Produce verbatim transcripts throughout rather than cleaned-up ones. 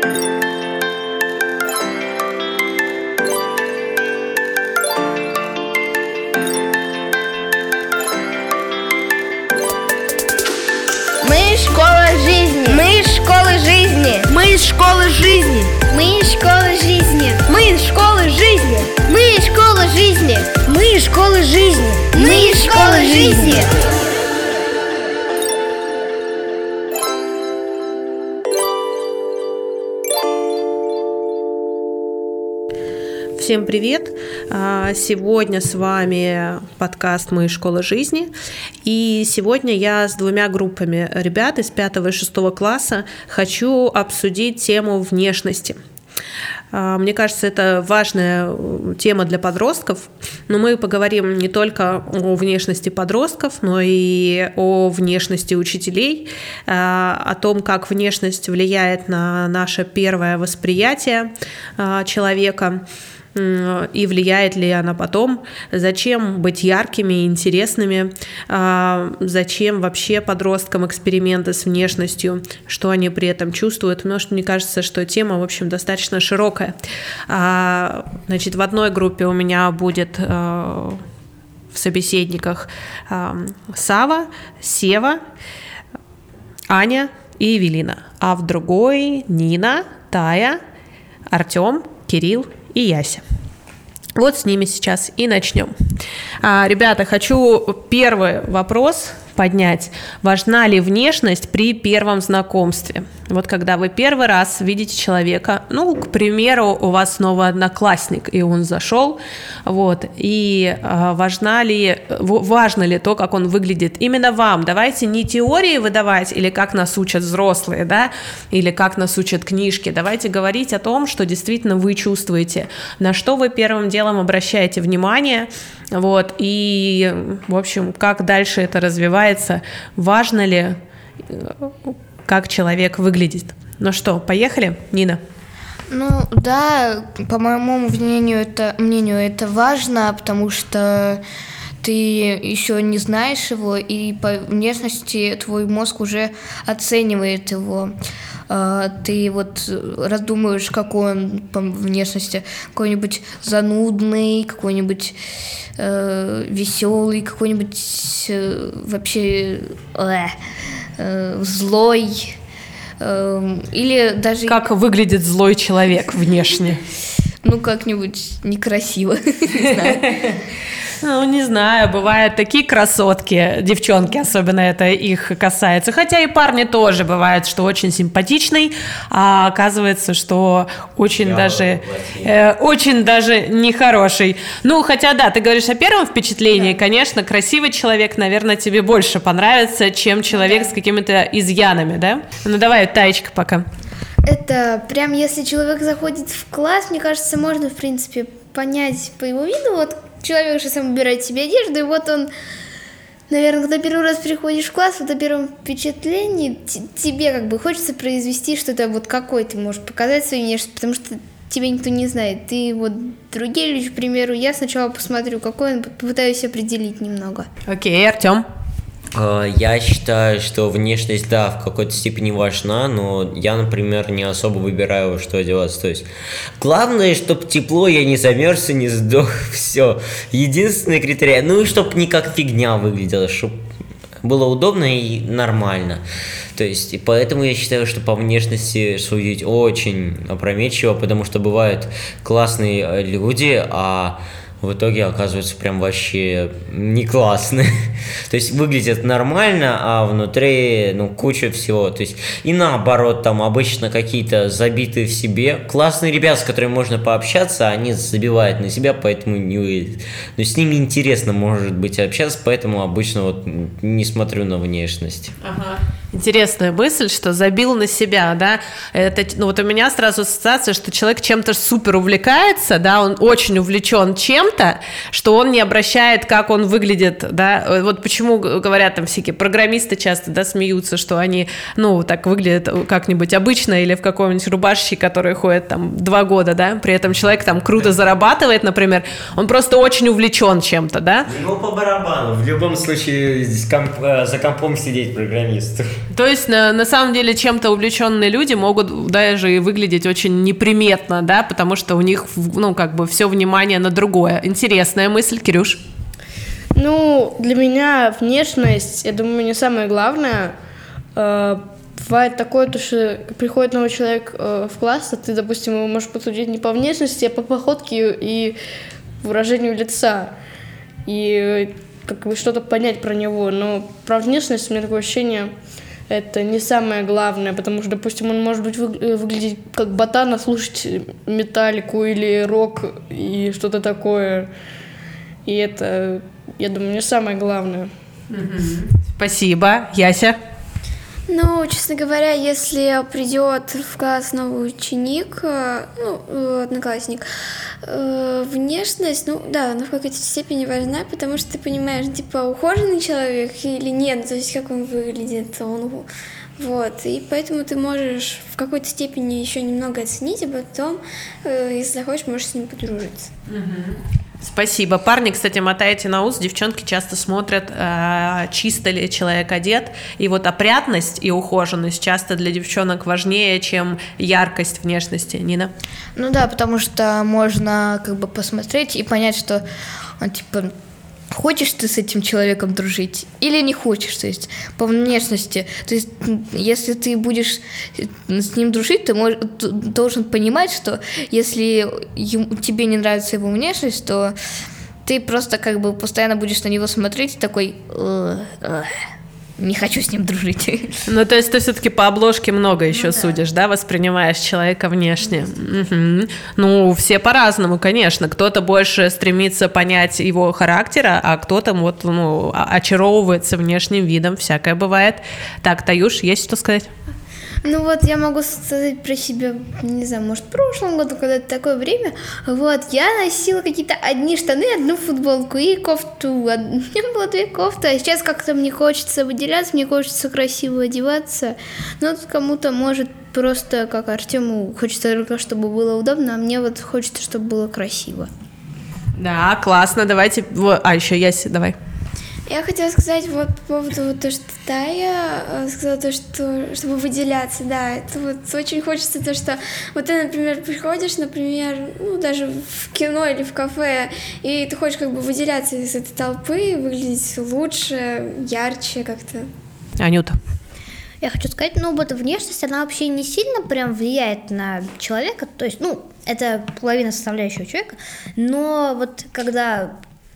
Мы школа жизни. Мы из школы жизни. Мы из школы жизни. Мы из школы жизни. Мы из школы жизни. Мы из школы жизни. Мы из школы жизни. Мы из школы жизни. Всем привет! Сегодня с вами подкаст «Мы из школы жизни». И сегодня я с двумя группами ребят из пятого и шестого класса хочу обсудить тему внешности. Мне кажется, это важная тема для подростков, но мы поговорим не только о внешности подростков, но и о внешности учителей, о том, как внешность влияет на наше первое восприятие человека, и влияет ли она потом, зачем быть яркими и интересными, зачем вообще подросткам эксперименты с внешностью, что они при этом чувствуют, потому что мне кажется, что тема, в общем, достаточно широкая. Значит, в одной группе у меня будет в собеседниках Сава, Сева, Аня и Эвелина, а в другой Нина, Тая, Артем, Кирилл и Яся. Вот с ними сейчас и начнем. А, ребята, хочу первый вопрос поднять. Важна ли внешность при первом знакомстве? Вот когда вы первый раз видите человека, ну, к примеру, у вас новый одноклассник, и он зашел, вот, и а, важна ли, важно ли то, как он выглядит именно вам? Давайте не теории выдавать, или как нас учат взрослые, да, или как нас учат книжки. Давайте говорить о том, что действительно вы чувствуете, на что вы первым делом обращаете внимание, вот, и, в общем, как дальше это развивается, важно ли, как человек выглядит. Ну что, поехали, Нина? Ну да, по моему мнению, это, мнению, это важно, потому что ты еще не знаешь его, и по внешности твой мозг уже оценивает его. Ты вот раздумываешь, какой он по внешности, какой-нибудь занудный, какой-нибудь э, веселый, какой-нибудь э, вообще э, э, злой, э, или даже... Как выглядит злой человек внешне? Ну, как-нибудь некрасиво, не знаю. Ну, не знаю, бывают такие красотки, девчонки, особенно это их касается, хотя и парни тоже бывают, что очень симпатичный, а оказывается, что очень Я даже, э, очень даже нехороший. Ну, хотя да, ты говоришь о первом впечатлении, да. Конечно, красивый человек, наверное, тебе больше понравится, чем человек да. с какими-то изъянами, да? Ну, давай, Таечка, пока. Это прям, если человек заходит в класс, мне кажется, можно, в принципе, понять по его виду, вот человек же сам выбирает себе одежду, и вот он, наверное, когда первый раз приходишь в класс, вот о первом впечатлении тебе как бы хочется произвести что-то, вот какой ты можешь показать свою внешность, потому что тебя никто не знает. Ты вот другие люди, к примеру, я сначала посмотрю, какой он, попытаюсь определить немного. Окей, Артем. Я считаю, что внешность, да, в какой-то степени важна, но я, например, не особо выбираю, что одеваться. То есть, главное, чтобы тепло, я не замерз и не сдох, все. Единственный критерий, ну и чтобы не как фигня выглядело, чтобы было удобно и нормально. То есть, и поэтому я считаю, что по внешности судить очень опрометчиво, потому что бывают классные люди, а в итоге оказываются прям вообще не классные. То есть выглядят нормально, а внутри, ну, куча всего. То есть и наоборот, там обычно какие-то забитые в себе. Классные ребята, с которыми можно пообщаться, они забивают на себя, поэтому не... Но с ними интересно, может быть, общаться, поэтому обычно вот не смотрю на внешность. Ага. Интересная мысль, что забил на себя, да, это, ну вот у меня сразу ассоциация, что человек чем-то супер увлекается, да, он очень увлечен чем-то, чем-то, что он не обращает, как он выглядит, да, вот почему говорят там всякие программисты часто, да, смеются, что они, ну, так выглядят как-нибудь обычно или в каком-нибудь рубашке, которые ходят там два года, да, при этом человек там круто зарабатывает, например, он просто очень увлечен чем-то, да. Ну, по барабану, в любом случае комп, за компом сидеть программист. То есть, на, на самом деле, чем-то увлеченные люди могут даже и выглядеть очень неприметно, да, потому что у них, ну, как бы все внимание на другое. Интересная мысль, Кирюш. Ну, для меня внешность, я думаю, не самое главное. Э, бывает такое, то, что приходит новый человек э, в класс, а ты, допустим, его можешь посудить не по внешности, а по походке и выражению лица. И как бы что-то понять про него. Но про внешность у меня такое ощущение, это не самое главное, потому что, допустим, он может быть вы, выглядеть как ботан, а слушать металлику или рок и что-то такое. И это, я думаю, не самое главное. Спасибо. Яся? Ну, честно говоря, если придет в класс новый ученик, ну, одноклассник, внешность, ну, да, она в какой-то степени важна, потому что ты понимаешь, типа, ухоженный человек или нет, то есть как он выглядит, он, вот, и поэтому ты можешь в какой-то степени еще немного оценить, а потом, если захочешь, можешь с ним подружиться. Спасибо. Парни, кстати, мотайте на ус, девчонки часто смотрят, э, чисто ли человек одет, и вот опрятность и ухоженность часто для девчонок важнее, чем яркость внешности. Нина? Ну да, потому что можно как бы посмотреть и понять, что он типа... Хочешь ты с этим человеком дружить или не хочешь, то есть по внешности. То есть если ты будешь с ним дружить, ты можешь, должен понимать, что если ему, тебе не нравится его внешность, то ты просто как бы постоянно будешь на него смотреть и такой... Не хочу с ним дружить. Ну, то есть ты все-таки по обложке много еще ну, да. судишь, да, воспринимаешь человека внешне. Угу. Ну, все по-разному, конечно. Кто-то больше стремится понять его характера, а кто-то вот, ну, очаровывается внешним видом. Всякое бывает. Так, Таюш, есть что сказать? Ну вот я могу сказать про себя, не знаю, может в прошлом году, когда-то такое время, вот, я носила какие-то одни штаны, одну футболку и кофту, у меня было две кофты, а сейчас как-то мне хочется выделяться, мне хочется красиво одеваться, но кому-то может просто, как Артему, хочется только, чтобы было удобно, а мне вот хочется, чтобы было красиво. Да, классно, давайте, а еще Яся, давай. Я хотела сказать вот по поводу того, что Тая сказала, то, что чтобы выделяться, да, это вот очень хочется то, что вот ты, например, приходишь, например, ну, даже в кино или в кафе, и ты хочешь как бы выделяться из этой толпы, выглядеть лучше, ярче как-то. Анюта. Я хочу сказать, ну вот внешность, она вообще не сильно прям влияет на человека, то есть, ну, это половина составляющего человека, но вот когда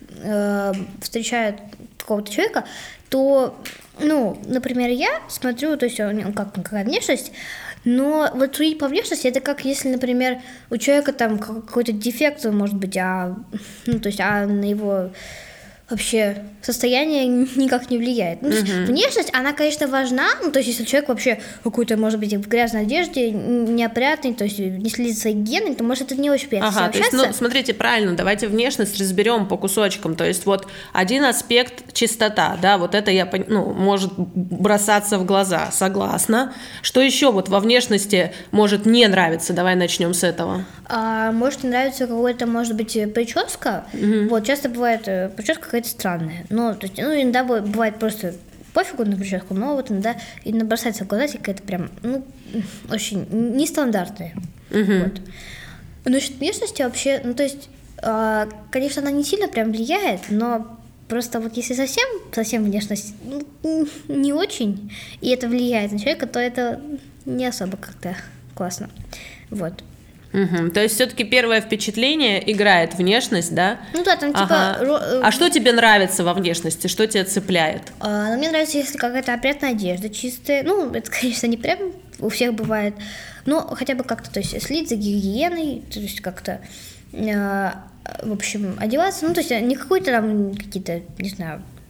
э, встречают какого-то человека, то, ну, например, я смотрю, то есть у него как, какая внешность, но вот судить по внешности, это как если, например, у человека там какой-то дефект, может быть, а, ну, то есть, а на его вообще состояние никак не влияет. Ну, uh-huh. Внешность, она, конечно, важна, ну, то есть, если человек вообще какой-то, может быть, в грязной одежде, неопрятный, то есть, не следит за гигиеной, то, может, это не очень приятно ага, общаться. То есть, ну, смотрите, правильно, давайте внешность разберем по кусочкам, то есть, вот один аспект чистота, да, вот это, я, ну, может бросаться в глаза, согласна. Что еще вот во внешности может не нравиться? Давай начнем с этого. А, может не нравится какой-то, может быть, прическа, uh-huh. вот, часто бывает прическа какая-то странная. Ну, то есть, ну, иногда бывает просто пофигу на прическу, но вот иногда и набросается в глаза какая-то прям, ну, очень нестандартная. Uh-huh. Вот. Насчет внешности вообще, ну, то есть, э, конечно, она не сильно прям влияет, но просто вот если совсем, совсем внешность ну, не очень, и это влияет на человека, то это не особо как-то классно. Вот. Угу. То есть все-таки первое впечатление играет внешность, да? Ну да, там ага. типа... Ро... А что тебе нравится во внешности? Что тебя цепляет? А, ну, мне нравится, если какая-то опрятная одежда чистая. Ну, это, конечно, не прям у всех бывает. Но хотя бы как-то, то есть, следить за гигиеной, то есть как-то, э, в общем, одеваться. Ну, то есть не какой-то там какие-то, не знаю,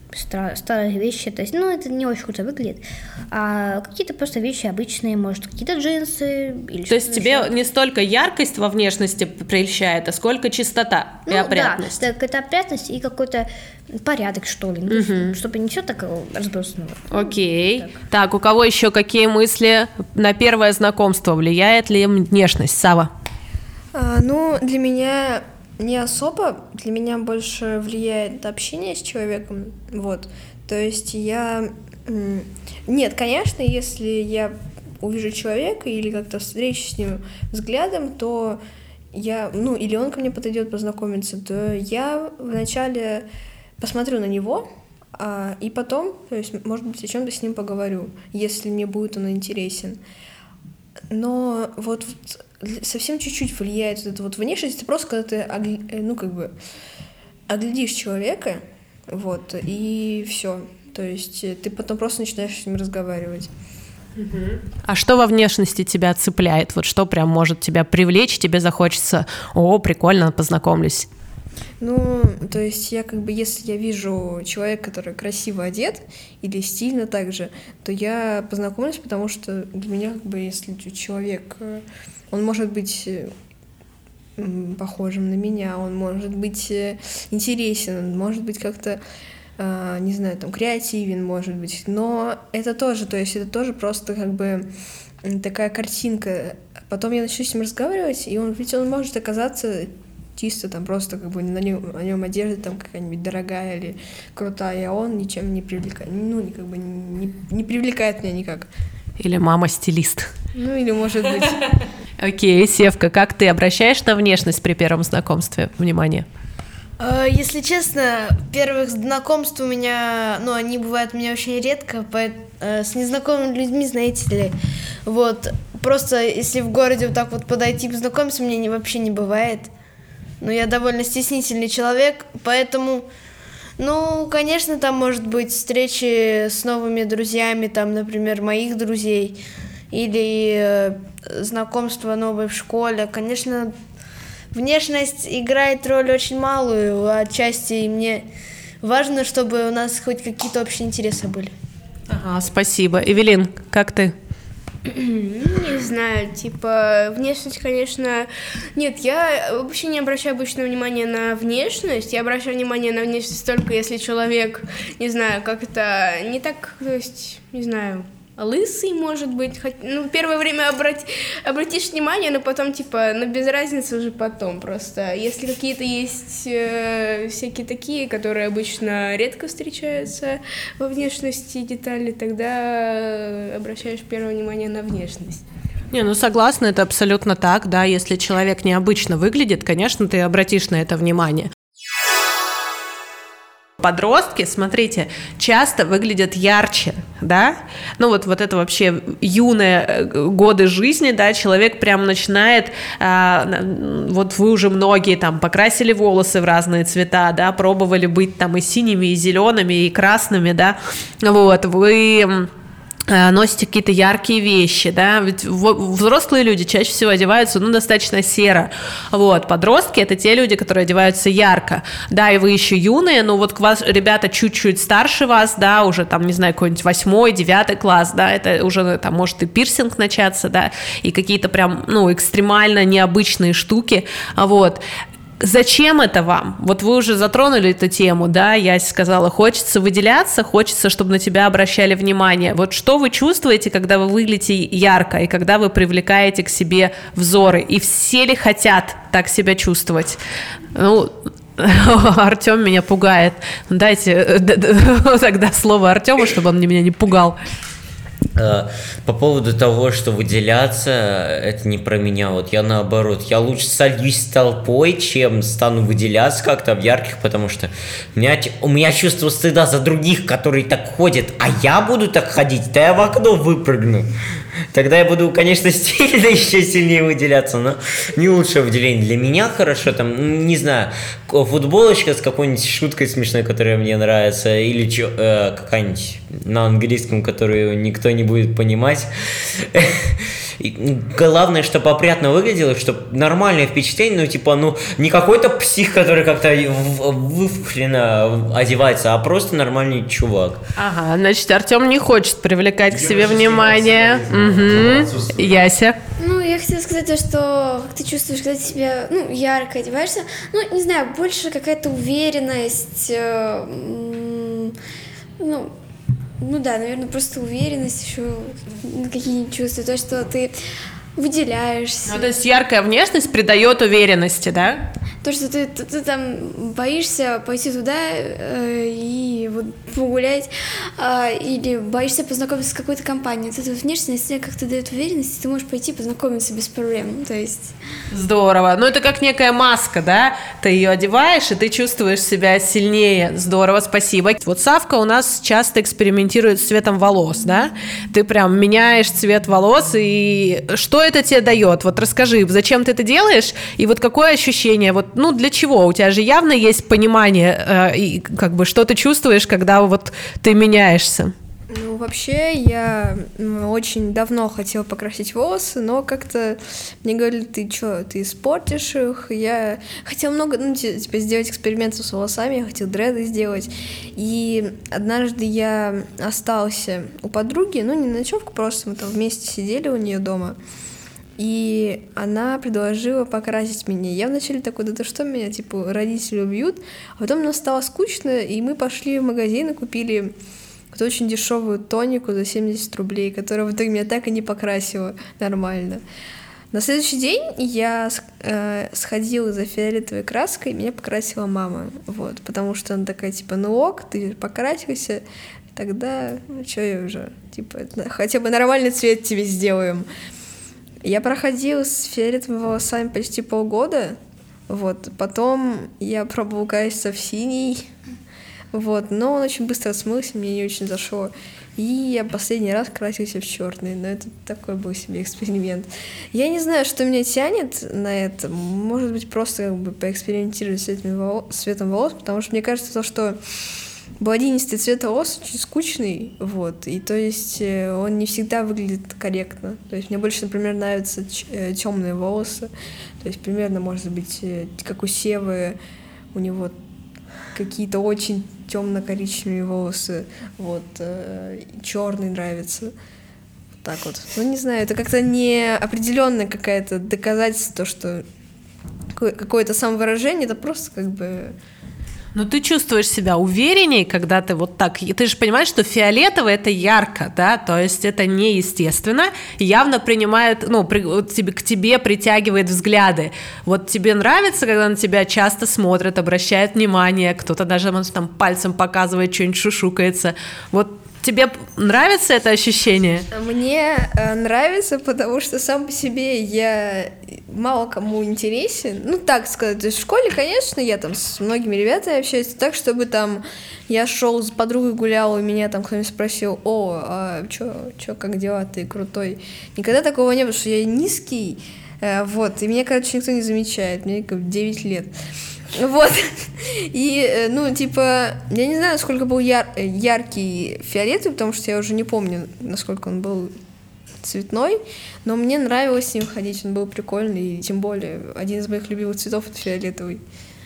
стра- старые вещи, то есть, ну, это не очень круто выглядит, а какие-то просто вещи обычные, может, какие-то джинсы или То есть что-то тебе еще. не столько яркость во внешности прельщает, а сколько чистота и Ну, опрятность. да, какая-то опрятность и какой-то порядок, что ли, ну, чтобы не все так разбросано. Окей. Так. у кого еще какие мысли на первое знакомство? Влияет ли внешность? Сава? А, ну, для меня не особо. Для меня больше влияет общение с человеком. Вот. То есть я... м, Нет, конечно, если я увижу человека или как-то встречусь с ним взглядом, то я... Ну, или он ко мне подойдет познакомиться, то я вначале посмотрю на него, а, и потом, то есть, может быть, о чем-то с ним поговорю, если мне будет он интересен. Но вот, вот совсем чуть-чуть влияет вот эта вот внешность, это просто когда ты, огля- ну, как бы, оглядишь человека, вот, и все. То есть ты потом просто начинаешь с ним разговаривать. А что во внешности тебя цепляет? Вот что прям может тебя привлечь, тебе захочется, о, прикольно, познакомлюсь. Ну, то есть я как бы, если я вижу человека, который красиво одет или стильно также, то я познакомлюсь, потому что для меня как бы, если человек, э, он может быть э, м, похожим на меня, он может быть э, интересен, он может быть как-то, э, не знаю, там, креативен, может быть, но это тоже, то есть это тоже просто как бы м, такая картинка. Потом я начну с ним разговаривать, и он, ведь он может оказаться чисто там просто как бы на нем, на нем одежда там какая-нибудь дорогая или крутая, а он ничем не привлекает, ну, как бы не, не привлекает меня никак. Или мама-стилист. Ну, или может быть... Окей, Севка, как ты обращаешь на внешность при первом знакомстве внимание? А, Если честно, первых знакомств у меня, ну, они бывают у меня очень редко, по- э, с незнакомыми людьми, знаете ли, вот, просто если в городе вот так вот подойти познакомиться, мне не, вообще не бывает, но я довольно стеснительный человек, поэтому, ну, конечно, там может быть встречи с новыми друзьями, там, например, моих друзей, или э, знакомство новое в школе, конечно, внешность играет роль очень малую, отчасти и мне важно, чтобы у нас хоть какие-то общие интересы были. Ага, спасибо. Эвелин, как ты? Не знаю, типа, внешность, конечно... Нет, я вообще не обращаю обычно внимания на внешность, я обращаю внимание на внешность только если человек, не знаю, как-то не так, то есть, не знаю... лысый, может быть, хоть, ну, первое время обрати, обратишь внимание, но потом, типа, ну, без разницы уже потом просто. Если какие-то есть э, всякие такие, которые обычно редко встречаются во внешности детали, тогда обращаешь первое внимание на внешность. Не, ну согласна, это абсолютно так, да, если человек необычно выглядит, конечно, ты обратишь на это внимание. Подростки, смотрите, часто выглядят ярче, да, ну вот, вот это вообще юные годы жизни, да, человек прям начинает, а, вот вы уже многие там покрасили волосы в разные цвета, да, пробовали быть там и синими, и зелеными, и красными, да, вот, вы... носите какие-то яркие вещи, да, ведь взрослые люди чаще всего одеваются, ну, достаточно серо, вот, подростки — это те люди, которые одеваются ярко, да, и вы еще юные, ну, вот к вас ребята чуть-чуть старше вас, да, уже там, не знаю, какой-нибудь восьмой, девятый класс, да, это уже там может и пирсинг начаться, да, и какие-то прям, ну, экстремально необычные штуки, вот. Зачем это вам? Вот вы уже затронули эту тему, да, я сказала, хочется выделяться, хочется, чтобы на тебя обращали внимание. Вот что вы чувствуете, когда вы выглядите ярко, и когда вы привлекаете к себе взоры? И все ли хотят так себя чувствовать? Ну, Артем меня пугает. Дайте тогда слово Артему, чтобы он меня не пугал. По поводу того, что выделяться, это не про меня. Вот я наоборот, я лучше сольюсь с толпой, чем стану выделяться как-то в ярких, потому что у меня, у меня чувство стыда за других, которые так ходят, а я буду так ходить, да я в окно выпрыгну. Тогда я буду, конечно, стильно еще сильнее выделяться, но не лучшее выделение. Для меня хорошо, там, не знаю, футболочка с какой-нибудь шуткой смешной, которая мне нравится, или чё, э, какая-нибудь на английском, которую никто не будет понимать. И главное, чтобы опрятно выглядело, чтобы нормальное впечатление, ну, типа, ну, не какой-то псих, который как-то выфуфленно одевается, а просто нормальный чувак. Ага, значит, Артем не хочет привлекать к себе внимание. Угу. Яся. Ну, я хотела сказать то, что как ты чувствуешь, когда ты себя, ну, ярко одеваешься, ну, не знаю, больше какая-то уверенность, э, м, ну, ну да, наверное, просто уверенность, еще какие-нибудь чувства, то, что ты выделяешься. Ну, то есть яркая внешность придает уверенности, да? То, что ты, ты, ты там боишься пойти туда э, и вот погулять, э, или боишься познакомиться с какой-то компанией. Вот эта внешность тебе как-то дает уверенность, и ты можешь пойти познакомиться без проблем. То есть... Здорово. Ну, это как некая маска, да? Ты ее одеваешь, и ты чувствуешь себя сильнее. Здорово, спасибо. Вот Савка у нас часто экспериментирует с цветом волос, да? Ты прям меняешь цвет волос, и что это тебе дает? Вот расскажи, зачем ты это делаешь, и вот какое ощущение? Вот, ну, для чего? У тебя же явно есть понимание, э, и как бы, что ты чувствуешь, когда вот ты меняешься? Ну, вообще, я очень давно хотела покрасить волосы, но как-то мне говорили, ты что, ты испортишь их. Я хотела много, ну, типа, сделать эксперименты с волосами, я хотела дреды сделать. И однажды я остался у подруги, ну, не на ночевку, просто мы там вместе сидели у нее дома. И она предложила покрасить меня. Я вначале такой, да ты что, меня, типа, родители убьют. А потом нам стало скучно, и мы пошли в магазин и купили какую-то очень дешевую тонику за семьдесят рублей, которая в итоге меня так и не покрасила нормально. На следующий день я э, сходила за фиолетовой краской, и меня покрасила мама. Вот, потому что она такая, типа, ну ок, ты покрасился, тогда, ну, что я уже, типа, хотя бы нормальный цвет тебе сделаем. Я проходила с фиолетовыми волосами почти полгода, вот, потом я пробовала краситься в синий, вот, но он очень быстро смылся, мне не очень зашло, и я последний раз красилась в черный, но это такой был себе эксперимент. Я не знаю, что меня тянет на это, может быть, просто как бы поэкспериментировать с этим волос, цветом волос, потому что мне кажется, то, что блондинистый цвет волос очень скучный, вот, и то есть он не всегда выглядит корректно. То есть мне больше, например, нравятся темные волосы, то есть примерно, может быть, как у Севы, у него какие-то очень темно-коричневые волосы, вот, черный нравится. Вот так вот. Ну, не знаю, это как-то не определенное какое-то доказательство, то, что какое-то самовыражение, это просто как бы... Но ты чувствуешь себя уверенней, когда ты вот так... Ты же понимаешь, что фиолетовый — это ярко, да? То есть это неестественно, явно принимает... Ну, при, вот тебе, к тебе притягивает взгляды. Вот тебе нравится, когда на тебя часто смотрят, обращают внимание, кто-то даже может, там пальцем показывает, что-нибудь шушукается. Вот тебе нравится это ощущение? Мне э, нравится, потому что сам по себе я мало кому интересен. Ну, так сказать, то есть в школе, конечно, я там с многими ребятами общаюсь, так, чтобы там я шел с подругой, гулял, и меня там кто-нибудь спросил: о, а чё, чё, как дела, ты крутой? Никогда такого не было, что я низкий, э, вот, и меня, короче, никто не замечает, мне как девять лет. Вот, и, ну, типа, я не знаю, насколько был яр- яркий фиолетовый, потому что я уже не помню, насколько он был цветной, но мне нравилось с ним ходить, он был прикольный, и тем более один из моих любимых цветов — это фиолетовый.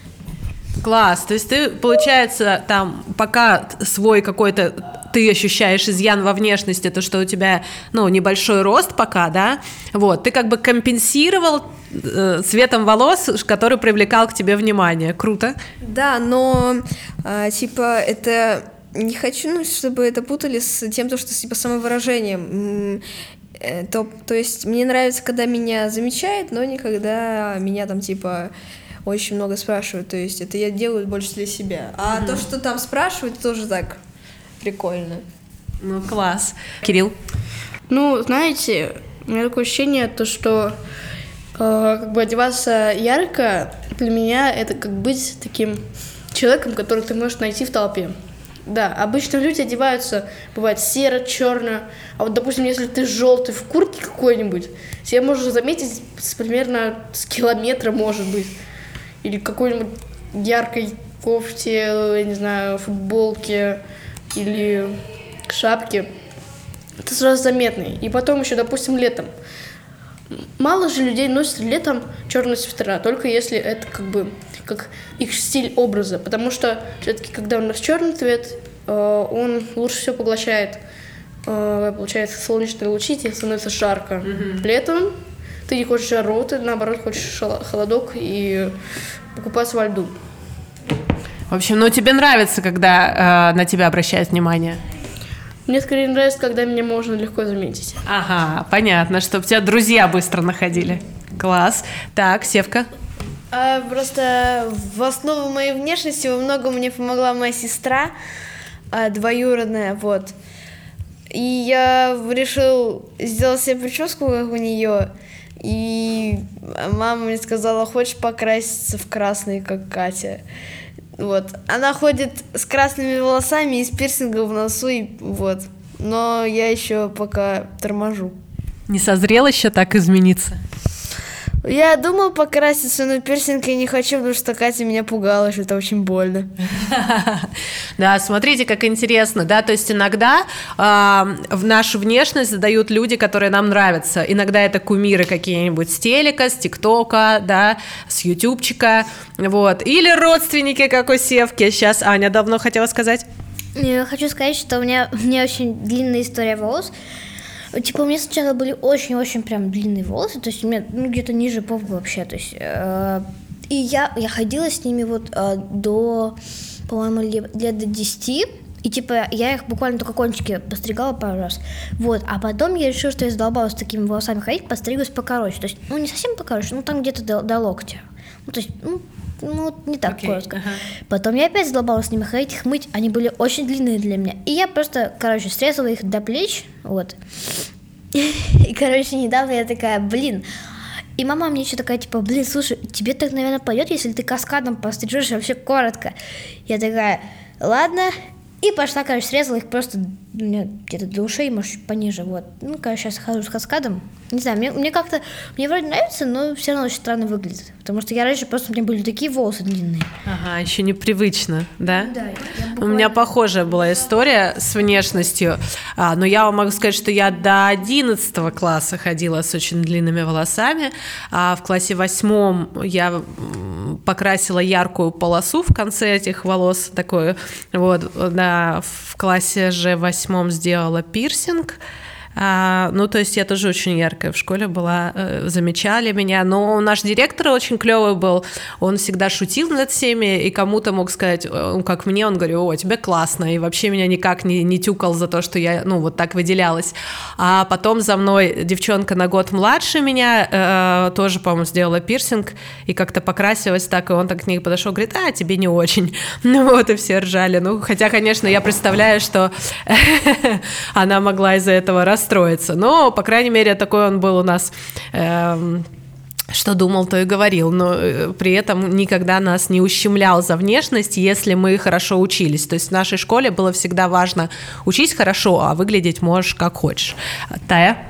Класс, то есть ты, получается, там, пока свой какой-то, ты ощущаешь изъян во внешности, то, что у тебя, ну, небольшой рост пока, да, вот, ты как бы компенсировал э, цветом волос, который привлекал к тебе внимание, круто. Да, но, э, типа, это, не хочу, ну, чтобы это путали с тем, то, что, типа, самовыражением, э, то, то есть мне нравится, когда меня замечают, но не когда меня там, типа... очень много спрашивают, то есть это я делаю больше для себя. А mm-hmm. то, что там спрашивают, тоже так прикольно. Ну, класс. Кирилл? Ну, знаете, у меня такое ощущение, то, что э, как бы одеваться ярко для меня это как быть таким человеком, который ты можешь найти в толпе. Да, обычно люди одеваются, бывает серо, черно, а вот, допустим, если ты желтый в куртке какой-нибудь, тебя можно заметить с, примерно с километра, может быть. Или какой-нибудь яркой кофте, я не знаю, футболке или шапке. Это сразу заметно. И потом еще, допустим, летом. мало же людей носят летом черные свитера, только если это как бы как их стиль образа, потому что все-таки, когда у нас черный цвет, э, он лучше всего поглощает, э, получается, солнечные лучи, тебе становится жарко. Mm-hmm. Летом ты не хочешь жару, ты наоборот хочешь холодок и покупаться во льду. В общем, ну тебе нравится, когда э, на тебя обращают внимание? Мне скорее нравится, когда меня можно легко заметить. Ага, понятно, чтобы тебя друзья быстро находили. Класс. Так, Севка? А, просто в основу моей внешности во многом мне помогла моя сестра, а, двоюродная, вот. И я решил сделать себе прическу, как у нее. И мама мне сказала: хочешь покраситься в красный, как Катя? Вот. Она ходит с красными волосами и с пирсингом в носу, и вот. Но я еще пока торможу. Не созрел еще так измениться? Я думал покраситься, но пирсинг я не хочу, потому что Катя меня пугала, что это очень больно. Да, смотрите, как интересно, да, то есть иногда э, в нашу внешность задают люди, которые нам нравятся. Иногда это кумиры какие-нибудь с телека, с ТикТока, да, с ютубчика, вот, или родственники, как у Севки. Сейчас Аня давно хотела сказать. Я хочу сказать, что у меня, у меня очень длинная история волос. Типа, у меня сначала были очень-очень прям длинные волосы, то есть у меня, ну, где-то ниже попы вообще, то есть, э, и я, я ходила с ними вот э, до, по-моему, лет, лет до десяти, и типа я их буквально только кончики постригала пару раз, вот, а потом я решила, что я задолбалась с такими волосами ходить, постригусь покороче, то есть, ну, не совсем покороче, ну, там где-то до, до локтя, ну, то есть, ну, ну, не так okay. коротко. Uh-huh. Потом я опять задолбалась с ними ходить, их мыть. Они были очень длинные для меня. И я просто, короче, срезала их до плеч. Вот. И, короче, недавно я такая, блин. И мама мне еще такая, типа, блин, слушай, тебе так, наверное, пойдет, если ты каскадом пострижешь вообще коротко. Я такая, ладно. И пошла, короче, срезала их просто где-то до ушей, может, чуть пониже, вот. Ну, короче, сейчас хожу с каскадом. Не знаю, мне, мне как-то, мне вроде нравится, но все равно очень странно выглядит. Потому что я раньше просто, у меня были такие волосы длинные. Ага, еще непривычно, да? Да. У меня похожая была история с внешностью, а, но я вам могу сказать, что я до одиннадцатого класса ходила с очень длинными волосами, а в классе восьмом я покрасила яркую полосу в конце этих волос, такую, вот, да, в классе же восьмом сделала пирсинг. А, ну, то есть я тоже очень яркая в школе была, э, замечали меня, но наш директор очень клевый был, он всегда шутил над всеми, и кому-то мог сказать, э, как мне, он говорил, о, тебе классно, и вообще меня никак не, не тюкал за то, что я, ну, вот так выделялась. А потом за мной девчонка на год младше меня, э, тоже, по-моему, сделала пирсинг, и как-то покрасилась так, и он так к ней подошел, говорит, а, тебе не очень. Ну вот, и все ржали. Ну, хотя, конечно, я представляю, что она могла из-за этого расстроиться, строиться. Но, по крайней мере, такой он был у нас, эм, что думал, то и говорил, но э, при этом никогда нас не ущемлял за внешность, если мы хорошо учились. То есть в нашей школе было всегда важно учись хорошо, а выглядеть можешь как хочешь. Тая?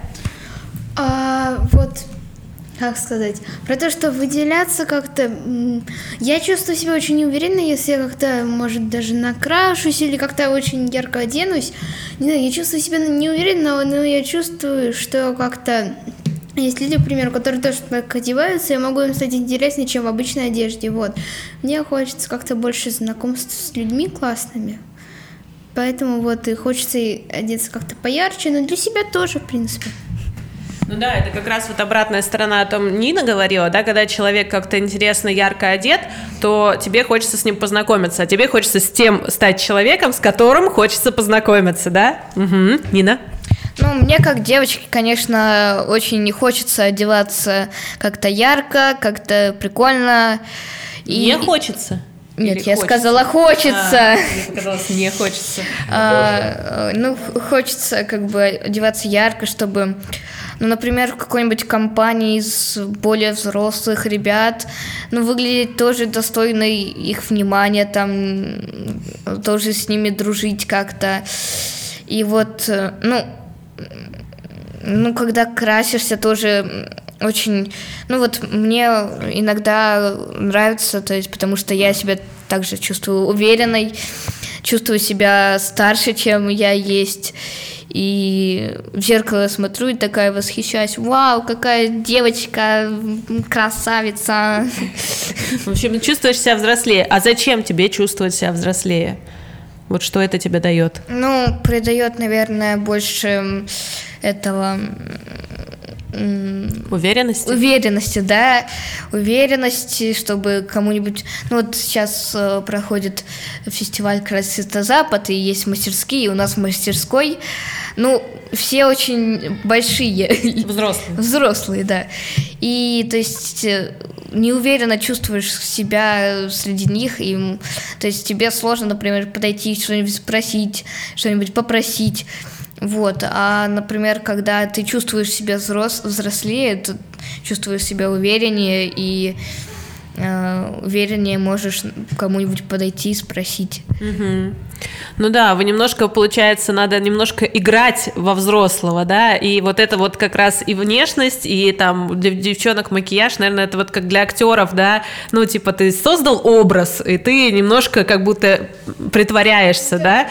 А, вот, как сказать, про то, что выделяться как-то, я чувствую себя очень неуверенно, если я как-то, может, даже накрашусь или как-то очень ярко оденусь. Не знаю, я чувствую себя неуверенно, но я чувствую, что как-то есть люди, к примеру, которые тоже так одеваются, я могу им стать интереснее, чем в обычной одежде, вот. Мне хочется как-то больше знакомств с людьми классными, поэтому вот и хочется одеться как-то поярче, но для себя тоже, в принципе. Ну да, это как раз вот обратная сторона, о том Нина говорила, да, когда человек как-то интересно, ярко одет, то тебе хочется с ним познакомиться, а тебе хочется с тем стать человеком, с которым хочется познакомиться, да? Угу. Нина? Ну, мне как девочке, конечно, очень не хочется одеваться как-то ярко, как-то прикольно. И... Не хочется? Нет, Или я хочется? сказала хочется. А, мне показалось, не хочется. А, ну, хочется как бы одеваться ярко, чтобы, ну, например, в какой-нибудь компании из более взрослых ребят, ну, выглядеть тоже достойной их внимания, там, тоже с ними дружить как-то. И вот, ну, ну, когда красишься, тоже очень, ну вот мне иногда нравится, то есть потому что я себя также чувствую уверенной, чувствую себя старше, чем я есть, И в зеркало смотрю и такая восхищаюсь. Вау, какая девочка, красавица. В общем, чувствуешь себя взрослее. А зачем тебе чувствовать себя взрослее? Вот что это тебе дает? Ну, придает, наверное, больше этого... Уверенности? Уверенности, да. Уверенности, чтобы кому-нибудь... Ну, вот сейчас э, проходит фестиваль «Красота-Запад», и есть мастерские, и у нас в мастерской, ну, все очень большие. Взрослые. Взрослые, да. И, то есть, неуверенно чувствуешь себя среди них, и, то есть, тебе сложно, например, подойти, что-нибудь спросить, что-нибудь попросить. Вот, а, например, когда ты чувствуешь себя взрос, взрослее, ты чувствуешь себя увереннее и э, увереннее можешь кому-нибудь подойти и спросить. Угу. Ну да, вы немножко, получается, надо немножко играть во взрослого, да, и вот это вот как раз и внешность, и там для девчонок макияж, наверное, это вот как для актеров, да, ну типа ты создал образ, и ты немножко как будто притворяешься, да,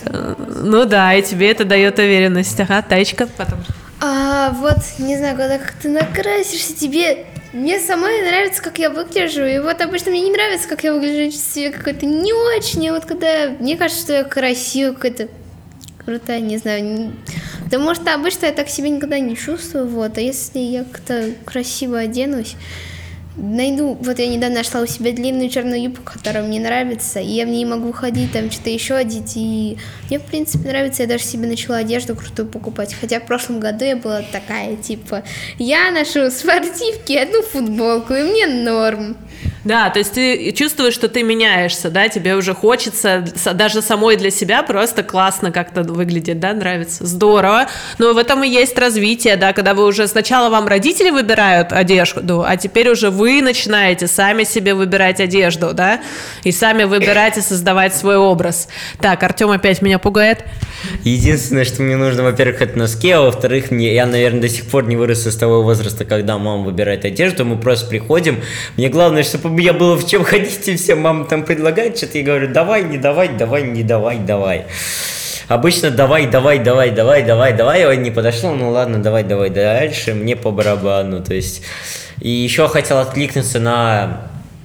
ну да, и тебе это дает уверенность. Ага, Таечка, потом. А вот, не знаю, когда как ты накрасишься, тебе... Мне самой нравится, как я выгляжу, и вот обычно мне не нравится, как я выгляжу, себе какой-то не очень, и вот когда мне кажется, что я красивая, какая-то крутая, не знаю, не... потому что обычно я так себя никогда не чувствую, вот, а если я как-то красиво оденусь, найду, вот я недавно нашла у себя длинную черную юбку, которая мне нравится, и я в ней могу ходить, там что-то еще одеть, и мне, в принципе, нравится, я даже себе начала одежду крутую покупать, хотя в прошлом году я была такая, типа, я ношу спортивки, одну футболку, и мне норм. Да, то есть ты чувствуешь, что ты меняешься, да, тебе уже хочется, даже самой для себя просто классно как-то выглядит, да, нравится, здорово, но в этом и есть развитие, да, когда вы уже сначала вам родители выбирают одежду, а теперь уже вы начинаете сами себе выбирать одежду, да, и сами выбирать и создавать свой образ. Так, Артем опять меня пугает. Единственное, что мне нужно, во-первых, это носки, а во-вторых, мне, я, наверное, до сих пор не вырос из того возраста, когда мама выбирает одежду, мы просто приходим, мне главное, чтобы у меня было в чем ходить, и всем мама там предлагает что-то, я говорю, давай, не давай, давай, не давай, давай. Обычно давай, давай, давай, давай, давай, давай, не подошло, ну ладно, давай, давай, дальше, мне по барабану, то есть... И еще хотел откликнуться на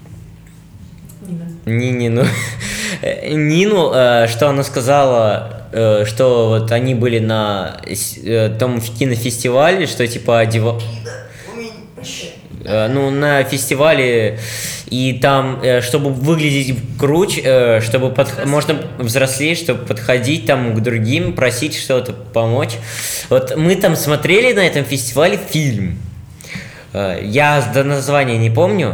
Нинину, Нину, что она сказала, что вот они были на том кинофестивале, что типа одевал... Ну, на фестивале, и там, чтобы выглядеть круче, чтобы под... можно взрослеть, чтобы подходить там к другим, просить что-то, помочь. Вот мы там смотрели на этом фестивале фильм. Я до названия не помню.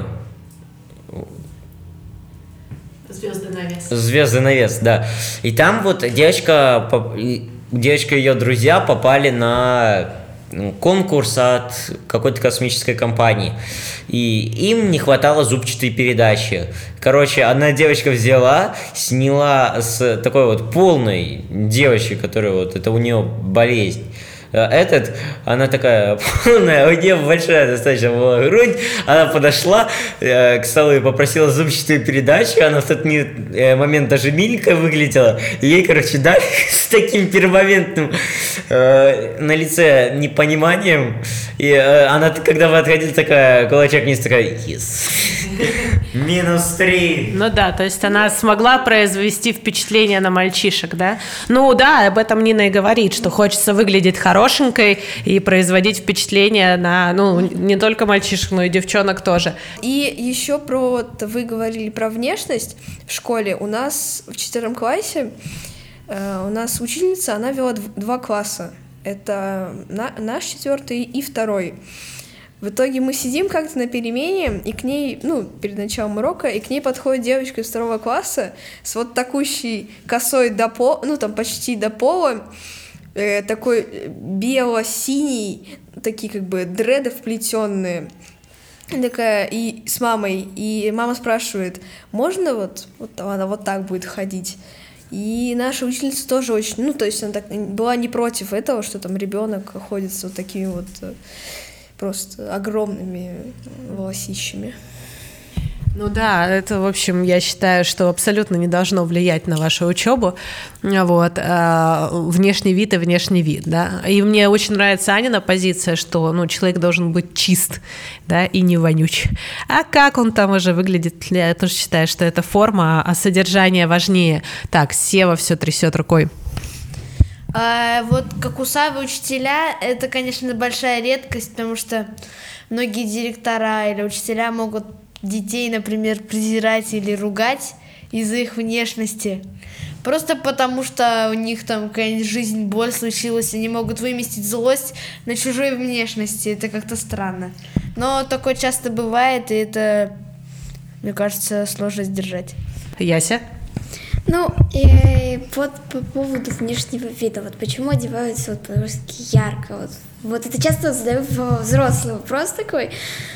Звезды на вес. Звезды на вес, да. И там вот девочка, девочка и ее друзья попали на конкурс от какой-то космической компании. И им не хватало зубчатой передачи. Короче, одна девочка взяла, сняла с такой вот полной девочки, которая вот, это у нее болезнь. Этот, она такая полная, у нее большая достаточно была грудь, она подошла э, к столу и попросила зубчатую передачу, она в тот э, момент даже миленько выглядела, и ей, короче, дали с таким пермоментным э, на лице непониманием, и э, она, когда вы отходили, такая, кулачок вниз, такая, yes. Минус три. Ну да, то есть она смогла произвести впечатление на мальчишек, да? Ну да, об этом Нина и говорит, что хочется выглядеть хорошенькой и производить впечатление на, ну, не только мальчишек, но и девчонок тоже. И еще про, вот, вы говорили про внешность в школе. У нас в четвертом классе э, у нас учительница, она вела два класса. Это на, наш четвертый и второй. В итоге мы сидим как-то на перемене, и к ней, ну, перед началом урока, и к ней подходит девочка из второго класса с вот такущей косой до пола, ну, там почти до пола, э, такой бело-синий, такие как бы дреды вплетенные, такая, и с мамой, и мама спрашивает, можно вот, вот она вот так будет ходить? И наша учительница тоже очень, ну, то есть она так, была не против этого, что там ребенок ходит с вот такими вот... просто огромными волосищами. Ну да, это, в общем, я считаю, что абсолютно не должно влиять на вашу учебу. Вот. А, внешний вид и внешний вид, да. И мне очень нравится Анина позиция, что, ну, человек должен быть чист, да, и не вонюч. А как он там уже выглядит, я тоже считаю, что это форма, а содержание важнее. Так, Сева все трясет рукой. А, вот как усавы учителя, это, конечно, большая редкость, потому что многие директора или учителя могут детей, например, презирать или ругать из-за их внешности. Просто потому, что у них там какая-нибудь жизнь, боль случилась, они могут выместить злость на чужой внешности. Это как-то странно. Но такое часто бывает, и это, мне кажется, сложно сдержать. Яся? Ну, и вот по поводу внешнего вида, вот почему одеваются вот по-русски ярко, вот, вот это часто задаю взрослый вопрос такой.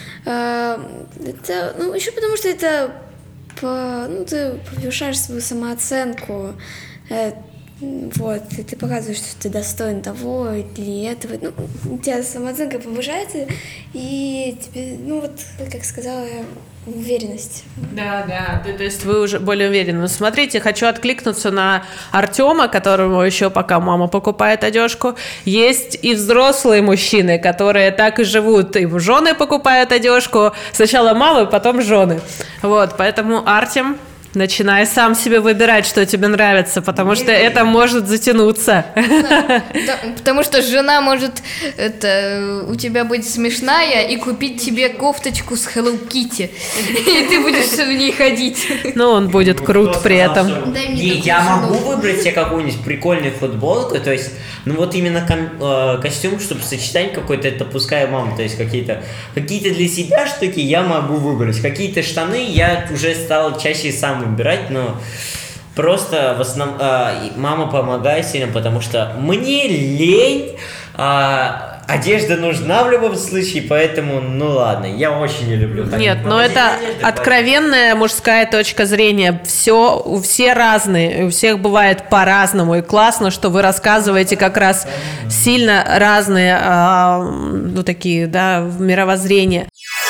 Это, ну, еще потому что это, по, ну, ты повышаешь свою самооценку, э, вот, и ты показываешь, что ты достоин того или этого, ну, у тебя самооценка повышается, и тебе, ну, вот, как сказала я, уверенность. Да, да, то, то есть вы уже более уверены. Ну, смотрите, хочу откликнуться на Артема, которому еще пока мама покупает одежку. Есть и взрослые мужчины, которые так и живут, и жены покупают одежку. Сначала мамы, потом жены. Вот, поэтому, Артем, начинай сам себе выбирать, что тебе нравится, потому что это может затянуться. Да, потому что жена может это, у тебя быть смешная и купить тебе кофточку с Hello Kitty, и ты будешь в ней ходить. Ну, он будет крут при этом. И я могу выбрать себе какую-нибудь прикольную футболку, то есть, ну вот именно ком- э, костюм, чтобы сочетание какое-то, это пускай мама, то есть какие-то, какие-то для себя штуки я могу выбрать, какие-то штаны я уже стал чаще сам выбирать, но просто в основном э, мама помогает сильно, потому что мне лень, э, одежда нужна в любом случае, поэтому, ну ладно, я очень не люблю ходить. Нет, но это одежды, откровенная мужская точка зрения. Все, все разные, у всех бывает по-разному, и классно, что вы рассказываете как раз сильно разные, э, ну такие, да, мировоззрения.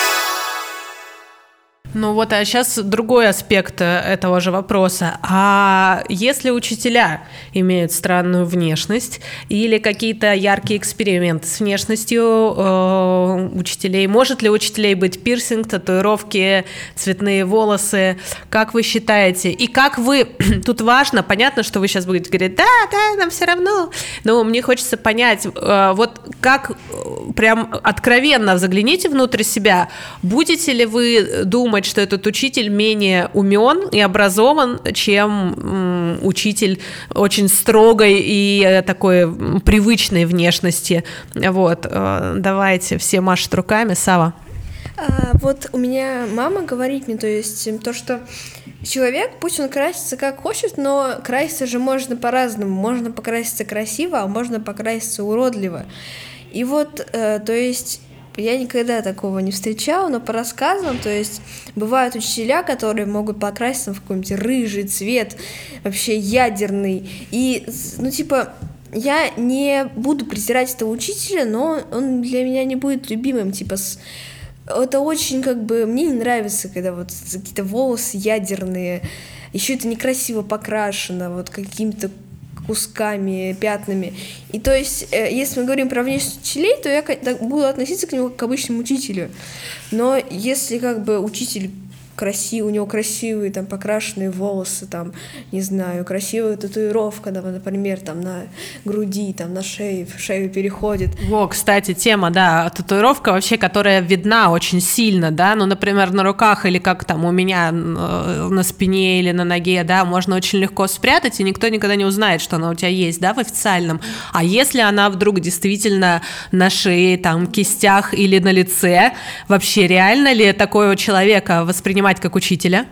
Ну вот, а сейчас другой аспект этого же вопроса. А если учителя имеют странную внешность или какие-то яркие эксперименты с внешностью э, учителей, может ли у учителей быть пирсинг, татуировки, цветные волосы? Как вы считаете? И как вы... Тут важно, понятно, что вы сейчас будете говорить, да, да, нам все равно. Но мне хочется понять, э, вот как прям откровенно загляните внутрь себя, будете ли вы думать, что этот учитель менее умен и образован, чем м, учитель очень строгой и э, такой м, привычной внешности. Вот, э, давайте, все машут руками. Сава. А, вот у меня мама говорит мне, то есть то, что человек, пусть он красится как хочет, но краситься же можно по-разному. Можно покраситься красиво, а можно покраситься уродливо. И вот, э, то есть... Я никогда такого не встречала, но по рассказам, то есть бывают учителя, которые могут покраситься в какой-нибудь рыжий цвет, вообще ядерный. И, ну, типа, я не буду презирать этого учителя, но он для меня не будет любимым, типа, с... это очень, как бы, мне не нравится, когда вот какие-то волосы ядерные, еще это некрасиво покрашено, вот какими-то кусками, пятнами. И то есть, э, если мы говорим про внешность учителей, то я буду относиться к нему как к обычному учителю. Но если как бы учитель красивый, у него красивые там покрашенные волосы, там, не знаю, красивая татуировка, там, например, там на груди, там на шее, в шею переходит. Во, кстати, тема, да, татуировка вообще, которая видна очень сильно, да, ну, например, на руках или как там у меня на спине или на ноге, да, можно очень легко спрятать, и никто никогда не узнает, что она у тебя есть, да, в официальном. А если она вдруг действительно на шее, там, кистях или на лице, вообще реально ли такого человека воспринимать как учителя?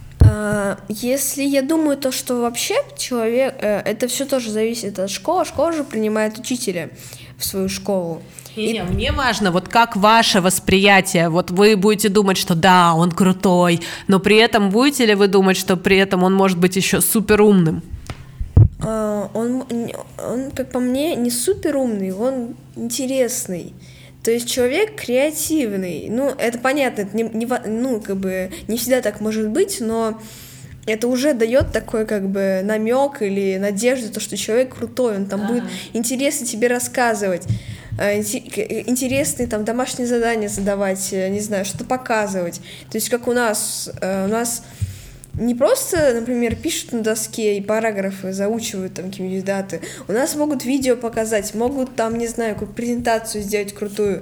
Если я думаю, то, что вообще человек, это все тоже зависит от школы, школа же принимает учителя в свою школу. Не, не, мне важно, вот как ваше восприятие, вот вы будете думать, что да, он крутой, но при этом будете ли вы думать, что при этом он может быть еще супер умным? Он, он, как по мне, не супер умный, он интересный. То есть человек креативный. Ну, это понятно, это не, не, ну, как бы не всегда так может быть, но это уже дает такой как бы намек или надежду, то, что человек крутой, он там А-а-а. будет интересно тебе рассказывать, интересные там домашние задания задавать, не знаю, что-то показывать. То есть как у нас, у нас не просто, например, пишут на доске и параграфы заучивают там какие-нибудь даты. У нас могут видео показать, могут там, не знаю, какую презентацию сделать крутую.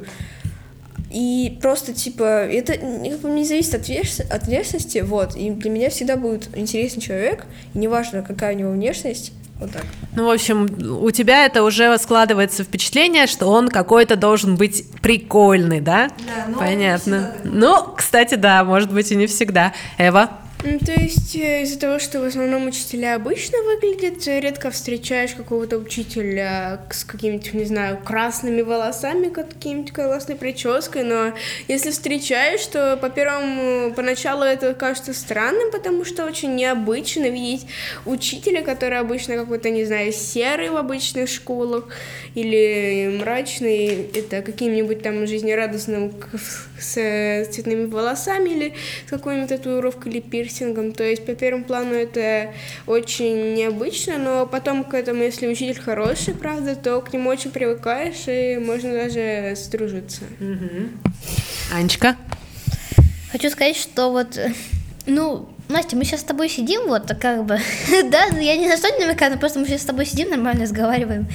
И просто, типа, это не зависит от, веш... от внешности, вот. И для меня всегда будет интересный человек, и неважно, какая у него внешность. Вот так. Ну, в общем, у тебя это уже складывается впечатление, что он какой-то должен быть прикольный, да? Да, ну, понятно. Ну, кстати, да, может быть, и не всегда. Эва? Ну, то есть из-за того, что в основном учителя обычно выглядят, редко встречаешь какого-то учителя с какими-то, не знаю, красными волосами, какими-то классной прической, но если встречаешь, то по первому, поначалу это кажется странным, потому что очень необычно видеть учителя, который обычно какой-то, не знаю, серый в обычных школах или мрачный, это каким-нибудь там жизнерадостным с цветными волосами или с какой-нибудь татуировкой или пирсингом. То есть по первому плану это очень необычно, но потом к этому, если учитель хороший, правда, то к нему очень привыкаешь и можно даже сдружиться. Угу. Анечка? Хочу сказать, что вот, ну, Настя, мы сейчас с тобой сидим, вот, как бы, да, я не на что не намекаю, но просто мы сейчас с тобой сидим, нормально разговариваем.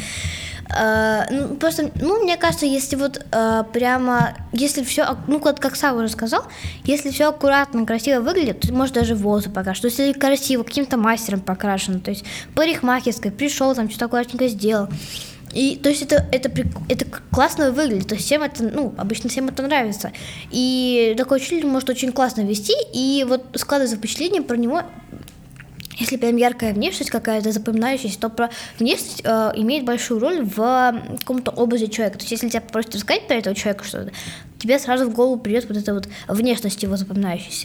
Uh, ну, просто, ну, мне кажется, если вот uh, прямо, если все, ну, вот как Сава уже сказал, если все аккуратно, красиво выглядит, то может даже волосы покрашить, то есть если красиво, каким-то мастером покрашено, то есть парикмахерской, пришел, там, что-то аккуратненько сделал, и, то есть это, это, это классно выглядит, то есть всем это, ну, обычно всем это нравится, и такой учитель может очень классно вести, и вот складывается впечатление про него. Если прям яркая внешность какая-то, запоминающаяся, то про внешность э, имеет большую роль в каком-то образе человека. То есть если тебя попросят рассказать про этого человека что-то, тебе сразу в голову придет вот эта вот внешность его запоминающаяся.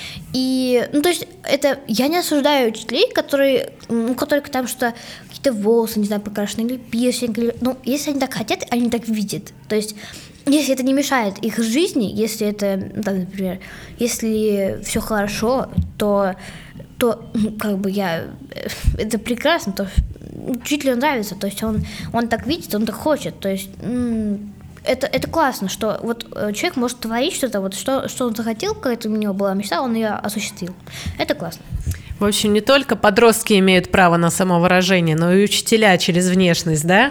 И, ну, то есть это, я не осуждаю учителей, которые, ну, которые там что-то, какие-то волосы, не знаю, покрашены, или пирсинг, или, ну, если они так хотят, они так видят. То есть если это не мешает их жизни, если это, ну, там, например, если все хорошо, то то, как бы, я, это прекрасно, то учителю нравится, то есть он, он так видит, он так хочет, то есть это, это классно, что вот человек может творить что-то, вот что, что он захотел, какая-то у него была мечта, он ее осуществил, это классно. В общем, не только подростки имеют право на самовыражение, но и учителя через внешность, да?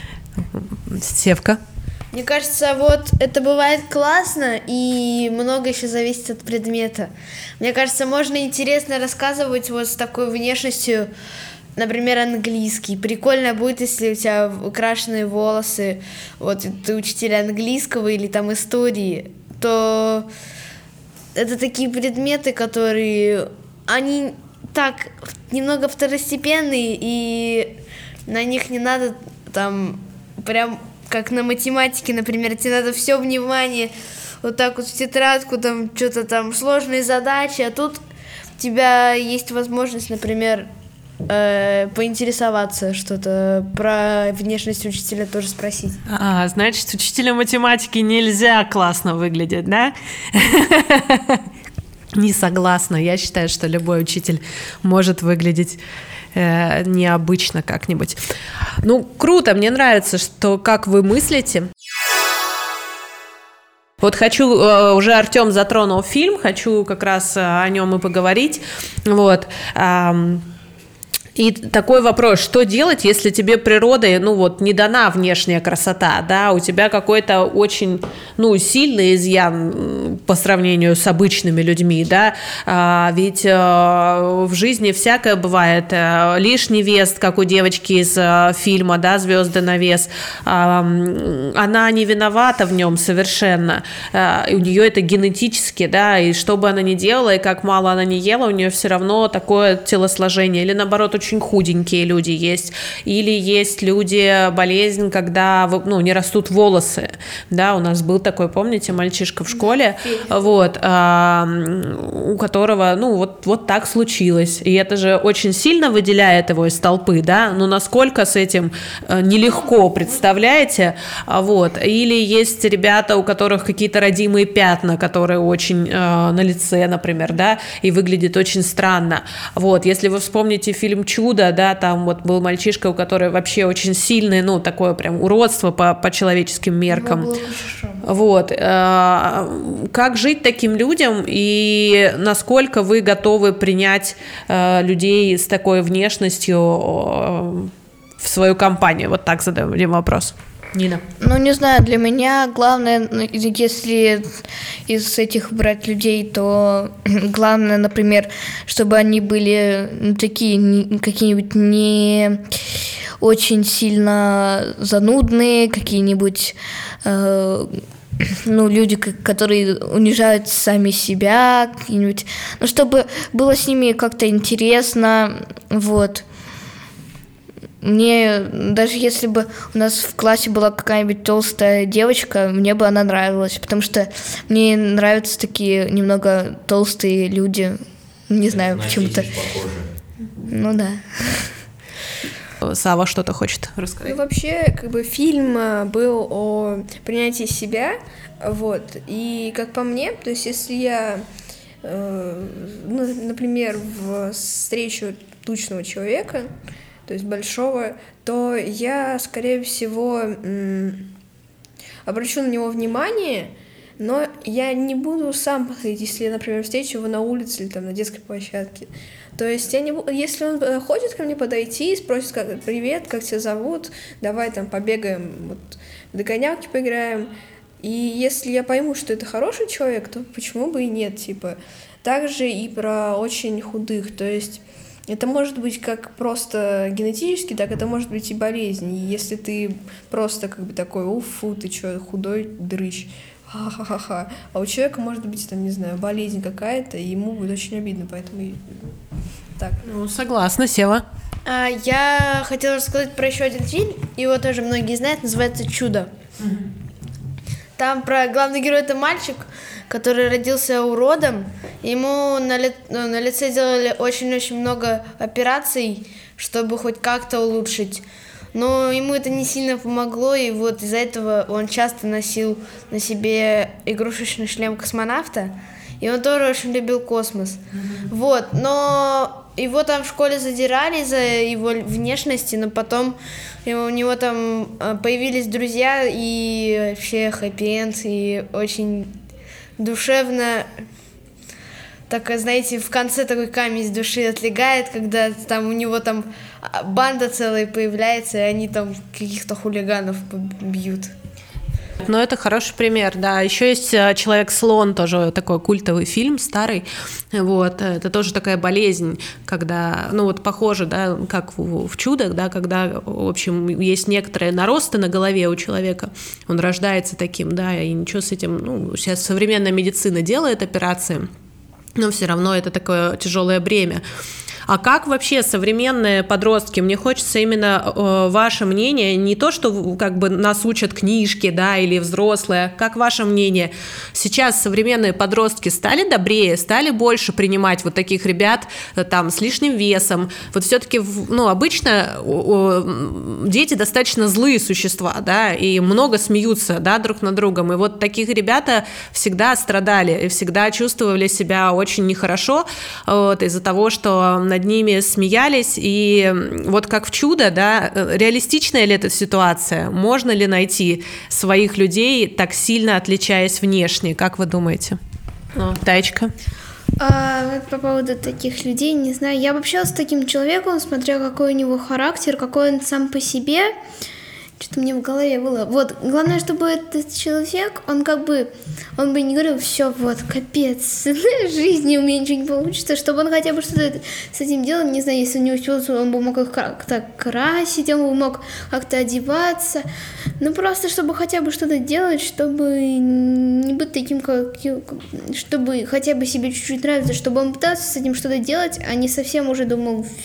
Севка? Мне кажется, вот это бывает классно, и много еще зависит от предмета. Мне кажется, можно интересно рассказывать вот с такой внешностью, например, английский. Прикольно будет, если у тебя украшенные волосы, вот ты учитель английского или там истории, то это такие предметы, которые, они так немного второстепенные, и на них не надо там прям... Как на математике, например, тебе надо все внимание вот так вот в тетрадку, там что-то там сложные задачи, а тут у тебя есть возможность, например, э, поинтересоваться что-то про внешность учителя тоже спросить. А, значит, учителю математики нельзя классно выглядеть, да? Не согласна. Я считаю, что любой учитель может выглядеть э, необычно как-нибудь. Ну, круто, мне нравится, что как вы мыслите. Вот хочу, э, уже Артём затронул фильм, хочу как раз о нем и поговорить. Вот. Эм, И такой вопрос, что делать, если тебе природой, ну вот, не дана внешняя красота, да, у тебя какой-то очень, ну, сильный изъян по сравнению с обычными людьми, да, а, ведь а, в жизни всякое бывает, а, лишь невест, как у девочки из а, фильма, да, «Звезды на вес», а, она не виновата в нем совершенно, а, у нее это генетически, да, и что бы она ни делала, и как мало она ни ела, у нее все равно такое телосложение, или наоборот, у очень худенькие люди есть, или есть люди, болезнь, когда, ну, не растут волосы, да, у нас был такой, помните, мальчишка в школе, вот, а, у которого, ну, вот, вот так случилось, и это же очень сильно выделяет его из толпы, да, ну, насколько с этим нелегко, представляете, вот, или есть ребята, у которых какие-то родимые пятна, которые очень э, на лице, например, да, и выглядит очень странно, вот, если вы вспомните фильм «Чудо», да, там вот был мальчишка, у которого вообще очень сильное, ну, такое прям уродство по, по человеческим меркам, вот, э, как жить таким людям и насколько вы готовы принять э, людей с такой внешностью э, в свою компанию, вот так задаем вопрос. Нина. Ну, не знаю, для меня главное, если из этих брать людей, то главное, например, чтобы они были такие какие-нибудь не очень сильно занудные, какие-нибудь э, ну, люди, которые унижают сами себя, какие-нибудь, ну, чтобы было с ними как-то интересно, вот. Мне, даже если бы у нас в классе была какая-нибудь толстая девочка, мне бы она нравилась, потому что мне нравятся такие немного толстые люди. Не знаю, почему-то. Ну да. Сава что-то хочет рассказать. Ну, вообще, как бы фильм был о принятии себя, вот, и как по мне, то есть если я, э, ну, например, встречу тучного человека, то есть большого, то я, скорее всего, м- обращу на него внимание, но я не буду сам подходить, если я, например, встречу его на улице или там на детской площадке. То есть я не буду, если он хочет ко мне подойти и спросит, как, привет, как тебя зовут, давай там побегаем, вот, в догонялки поиграем, и если я пойму, что это хороший человек, то почему бы и нет, типа. Также и про очень худых, то есть это может быть как просто генетически, так это может быть и болезнь. И если ты просто как бы такой, уф, фу, ты чё, худой дрыщ, ха-ха-ха-ха. А у человека может быть, там, не знаю, болезнь какая-то, и ему будет очень обидно, поэтому и... так. Ну, согласна, Сева. А, я хотела рассказать про еще один фильм, его тоже многие знают, называется «Чудо». Там про главный герой — это мальчик, который родился уродом. Ему на, ли, на лице делали очень-очень много операций, чтобы хоть как-то улучшить. Но ему это не сильно помогло, и вот из-за этого он часто носил на себе игрушечный шлем космонавта, и он тоже очень любил космос. Mm-hmm. Вот, но его там в школе задирали из-за его внешности, но потом у него там появились друзья, и вообще хэппи-энд, и очень душевно, так, знаете, в конце такой камень с души отлегает, когда там у него там банда целая появляется, и они там каких-то хулиганов бьют. Ну, это хороший пример, да. Еще есть «Человек-слон», тоже такой культовый фильм, старый. Вот, это тоже такая болезнь, когда, ну, вот похоже, да, как в, в «Чудо», да, когда, в общем, есть некоторые наросты на голове у человека, он рождается таким, да, и ничего с этим, ну, сейчас современная медицина делает операции, но все равно это такое тяжелое бремя. А как вообще современные подростки, мне хочется именно э, ваше мнение, не то, что как бы нас учат книжки, да, или взрослые, как ваше мнение, сейчас современные подростки стали добрее, стали больше принимать вот таких ребят там с лишним весом, вот все-таки, ну, обычно э, дети достаточно злые существа, да, и много смеются, да, друг над другом, и вот таких ребята всегда страдали и всегда чувствовали себя очень нехорошо, вот, из-за того, что над ними смеялись, и вот как в «Чудо», да, реалистичная ли эта ситуация? Можно ли найти своих людей, так сильно отличаясь внешне? Как вы думаете? Ну, Таечка? А, по поводу таких людей, не знаю, я общалась с таким человеком, смотря какой у него характер, какой он сам по себе. Что-то мне в голове было. Вот, главное, чтобы этот человек, он как бы, он бы не говорил, все, вот, капец, в жизни у меня ничего не получится, чтобы он хотя бы что-то с этим делал, не знаю, если у него чувство, он бы мог их как-то красить, он бы мог как-то одеваться, ну, просто чтобы хотя бы что-то делать, чтобы не быть таким, как, чтобы хотя бы себе чуть-чуть нравиться, чтобы он пытался с этим что-то делать, а не совсем уже думал,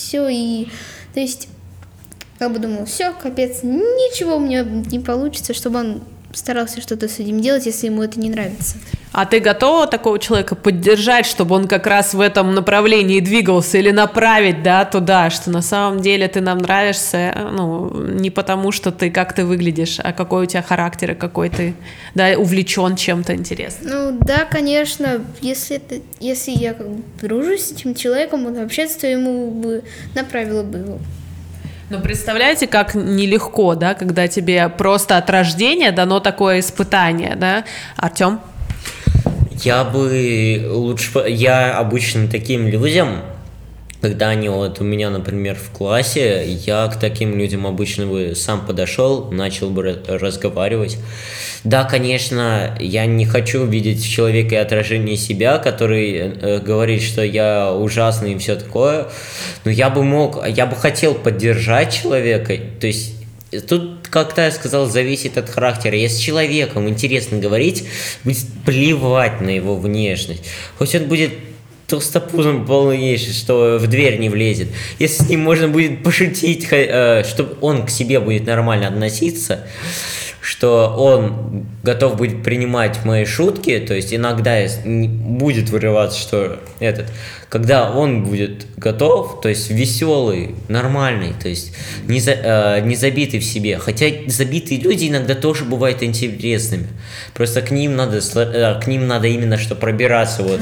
все, и, то есть, как бы думал, все, капец, ничего у меня не получится, чтобы он старался что-то с этим делать, если ему это не нравится. А ты готова такого человека поддержать, чтобы он как раз в этом направлении двигался, или направить, да, туда, что на самом деле ты нам нравишься, ну, не потому, что ты, как ты выглядишь, а какой у тебя характер, и какой ты, да, увлечен чем-то интересным? Ну, да, конечно, если, это, если я как бы дружу с этим человеком, вот вообще-то, то ему бы направила бы его. Ну, представляете, как нелегко, да, когда тебе просто от рождения дано такое испытание, да? Артём? Я бы лучше... Я обычно таким людям, когда они вот у меня, например, в классе, я к таким людям обычно бы сам подошел, начал бы разговаривать. Да, конечно, я не хочу видеть в человеке отражение себя, который э, говорит, что я ужасный и все такое, но я бы мог, я бы хотел поддержать человека, то есть тут, как-то я сказал, зависит от характера. Если с человеком интересно говорить, будет плевать на его внешность. Хоть он будет толстопузом полнейший, что в дверь не влезет. Если с ним можно будет пошутить, чтобы он к себе будет нормально относиться, что он готов будет принимать мои шутки, то есть иногда будет вырываться, что этот, когда он будет готов, то есть веселый, нормальный, то есть не, за, э, не забитый в себе. Хотя забитые люди иногда тоже бывают интересными. Просто к ним надо, э, к ним надо именно что пробираться вот.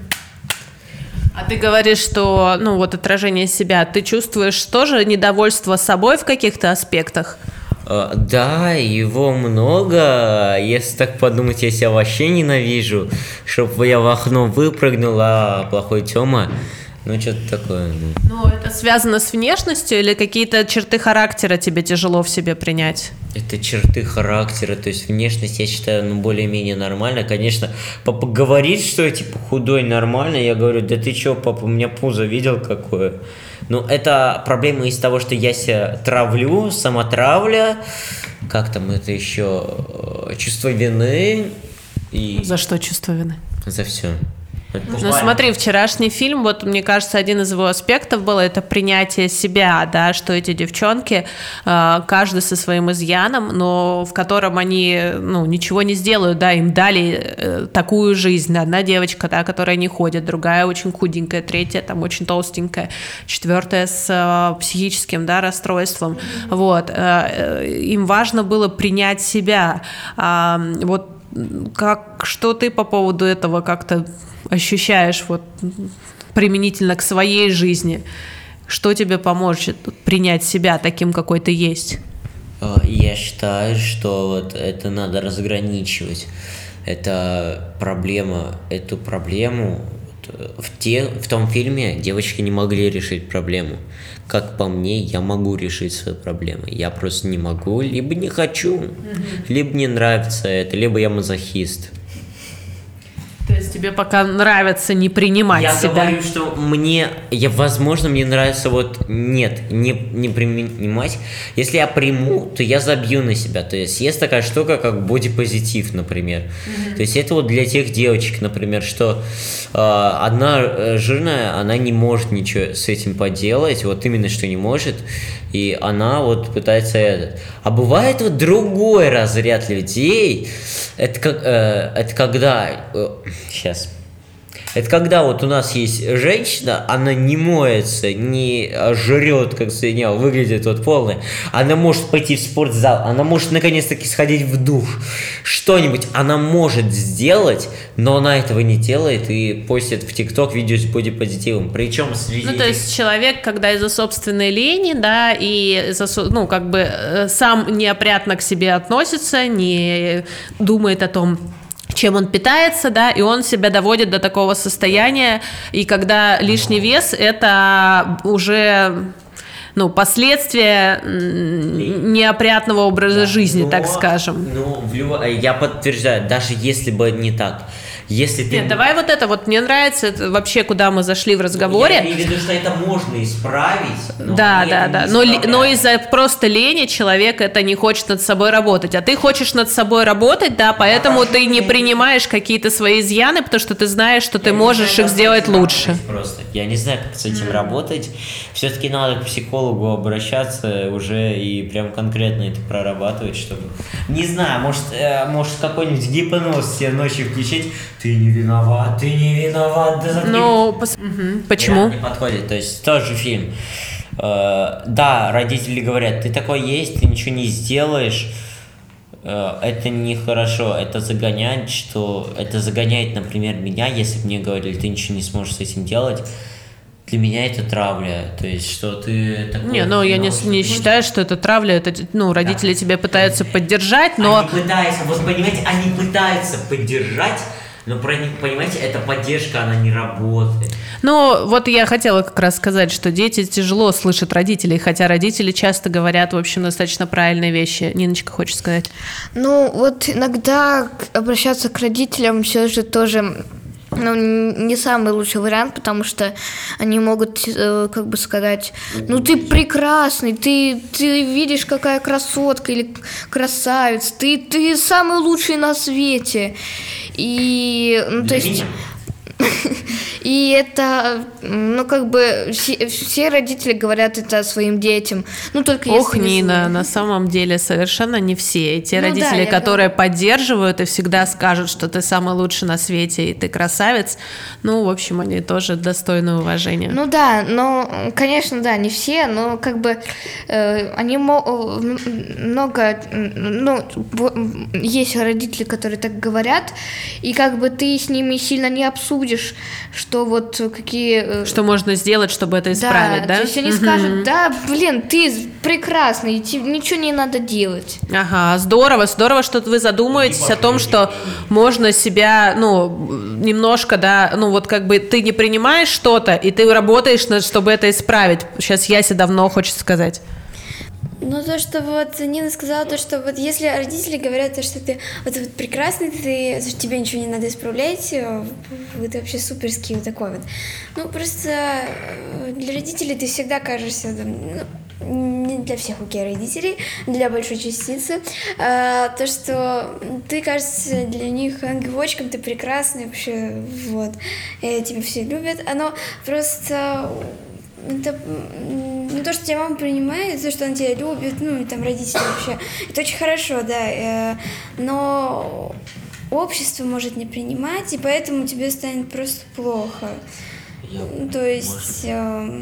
А ты говоришь, что, ну вот отражение себя, ты чувствуешь тоже недовольство собой в каких-то аспектах? Uh, да, его много. Если так подумать, я себя вообще ненавижу. Чтобы я в окно выпрыгнул, а плохой Тёма. Ну, что-то такое. Ну, это связано с внешностью или какие-то черты характера тебе тяжело в себе принять? Это черты характера, то есть внешность, я считаю, ну, более-менее нормально. Конечно, папа говорит, что я, типа, худой, нормально. Я говорю, да ты чё, папа, у меня пузо видел какое? Ну, это проблема из того, что я себя травлю, самотравля, как там это еще, чувство вины. И... За что чувство вины? За все. Ну смотри, вчерашний фильм, вот мне кажется, один из его аспектов был это принятие себя, да, что эти девчонки, каждый со своим изъяном, но в котором они, ну, ничего не сделают, да, им дали такую жизнь, одна девочка, да, которая не ходит, другая очень худенькая, третья там очень толстенькая, четвертая с психическим, да, расстройством, вот, им важно было принять себя, вот, как, что ты по поводу этого как-то ощущаешь вот применительно к своей жизни? Что тебе поможет принять себя таким, какой ты есть? Я считаю, что вот это надо разграничивать. Это проблема, эту проблему в, те, в том фильме девочки не могли решить проблему. Как по мне, я могу решить свою проблему. Я просто не могу, либо не хочу, mm-hmm. либо не нравится это, либо я мазохист. То есть тебе пока нравится не принимать я себя? Я говорю, что мне, я, возможно, мне нравится вот, нет, не, не принимать. Если я приму, то я забью на себя. То есть есть такая штука, как бодипозитив, например. Mm-hmm. То есть это вот для тех девочек, например, что э, одна жирная, она не может ничего с этим поделать, вот именно что не может, и она вот пытается это. А бывает вот другой разряд людей, это, как, э, это когда... Э, Сейчас. Это когда вот у нас есть женщина, она не моется, не жрет, как свинья, выглядит вот полная. Она может пойти в спортзал, она может наконец-таки сходить в душ. Что-нибудь она может сделать, но она этого не делает и постит в ТикТок видео с бодипозитивом. Причем среди... Ну, то есть человек, когда из-за собственной лени, да, и за, ну, как бы сам неопрятно к себе относится, не думает о том, чем он питается, да, и он себя доводит до такого состояния, и когда лишний вес, это уже, ну, последствия неопрятного образа да, жизни, но, так скажем. Ну, в любо... я подтверждаю, даже если бы не так. Если ты... Нет, давай вот это вот, мне нравится это вообще, куда мы зашли в разговоре. Я имею в виду, что это можно исправить. Но да, да, да. Но, но из-за просто лени человек это не хочет над собой работать. А ты хочешь над собой работать, да, поэтому а ты не принимаешь какие-то свои изъяны, потому что ты знаешь, что ты я можешь знаю, их сделать лучше. Просто. Я не знаю, как с этим mm. работать. Все-таки надо к психологу обращаться уже и прям конкретно это прорабатывать, чтобы... Не знаю, может, э, может какой-нибудь гипноз себе ночью включить. Ты не виноват, ты не виноват. Да ну, пос... угу. Почему? Не подходит, то есть тот же фильм. Э, да, родители говорят, ты такой есть, ты ничего не сделаешь. Э, это нехорошо, это загоняет, что... Это загоняет, например, меня, если бы мне говорили, ты ничего не сможешь с этим делать. Для меня это травля, то есть, что ты такой... Не, ну, я не, не считаю, что это травля, это, ну, родители да. тебя пытаются поддержать, но... Они пытаются, вот понимаете, они пытаются поддержать, но, понимаете, эта поддержка, она не работает. Ну, вот я хотела как раз сказать, что дети тяжело слышат родителей, хотя родители часто говорят, в общем, достаточно правильные вещи. Ниночка, хочешь сказать? Ну, вот иногда обращаться к родителям все же тоже... Ну, не самый лучший вариант, потому что они могут, э, как бы сказать, ну, ты прекрасный, ты, ты видишь, какая красотка или красавец, ты, ты самый лучший на свете. И, ну, то есть... И это, ну, как бы, все, все родители говорят это своим детям. Ну, только Ох, если Нина, на самом деле совершенно не все. И те ну, родители, да, которые говорю. поддерживают и всегда скажут, что ты самый лучший на свете и ты красавец, ну, в общем, они тоже достойны уважения. Ну, да, но, конечно, да, не все, но, как бы, э, они мо- много, ну, есть родители, которые так говорят, и, как бы, ты с ними сильно не обсудишь, что вот какие... Что можно сделать, чтобы это исправить, да? Да, то есть они угу. скажут, да, блин, ты прекрасный, тебе ничего не надо делать. Ага, здорово, здорово, что вы задумаетесь о том, что можно себя, ну, немножко, да, ну, вот как бы ты не принимаешь что-то, и ты работаешь, чтобы это исправить. Сейчас Яся давно хочет сказать. Ну, то, что вот Нина сказала, то, что вот если родители говорят, то, что ты вот, вот прекрасный, ты, тебе ничего не надо исправлять, ты вообще суперский вот такой вот. Ну, просто для родителей ты всегда кажешься, ну, не для всех, окей, родителей, для большой частицы, а, то, что ты кажешься для них ангелочком, ты прекрасный вообще, вот, и тебя все любят, оно просто... Это, ну, то, что тебя мама принимает, то, что она тебя любит, ну, и там родители вообще, это очень хорошо, да, э, но общество может не принимать, и поэтому тебе станет просто плохо. Я... То есть э,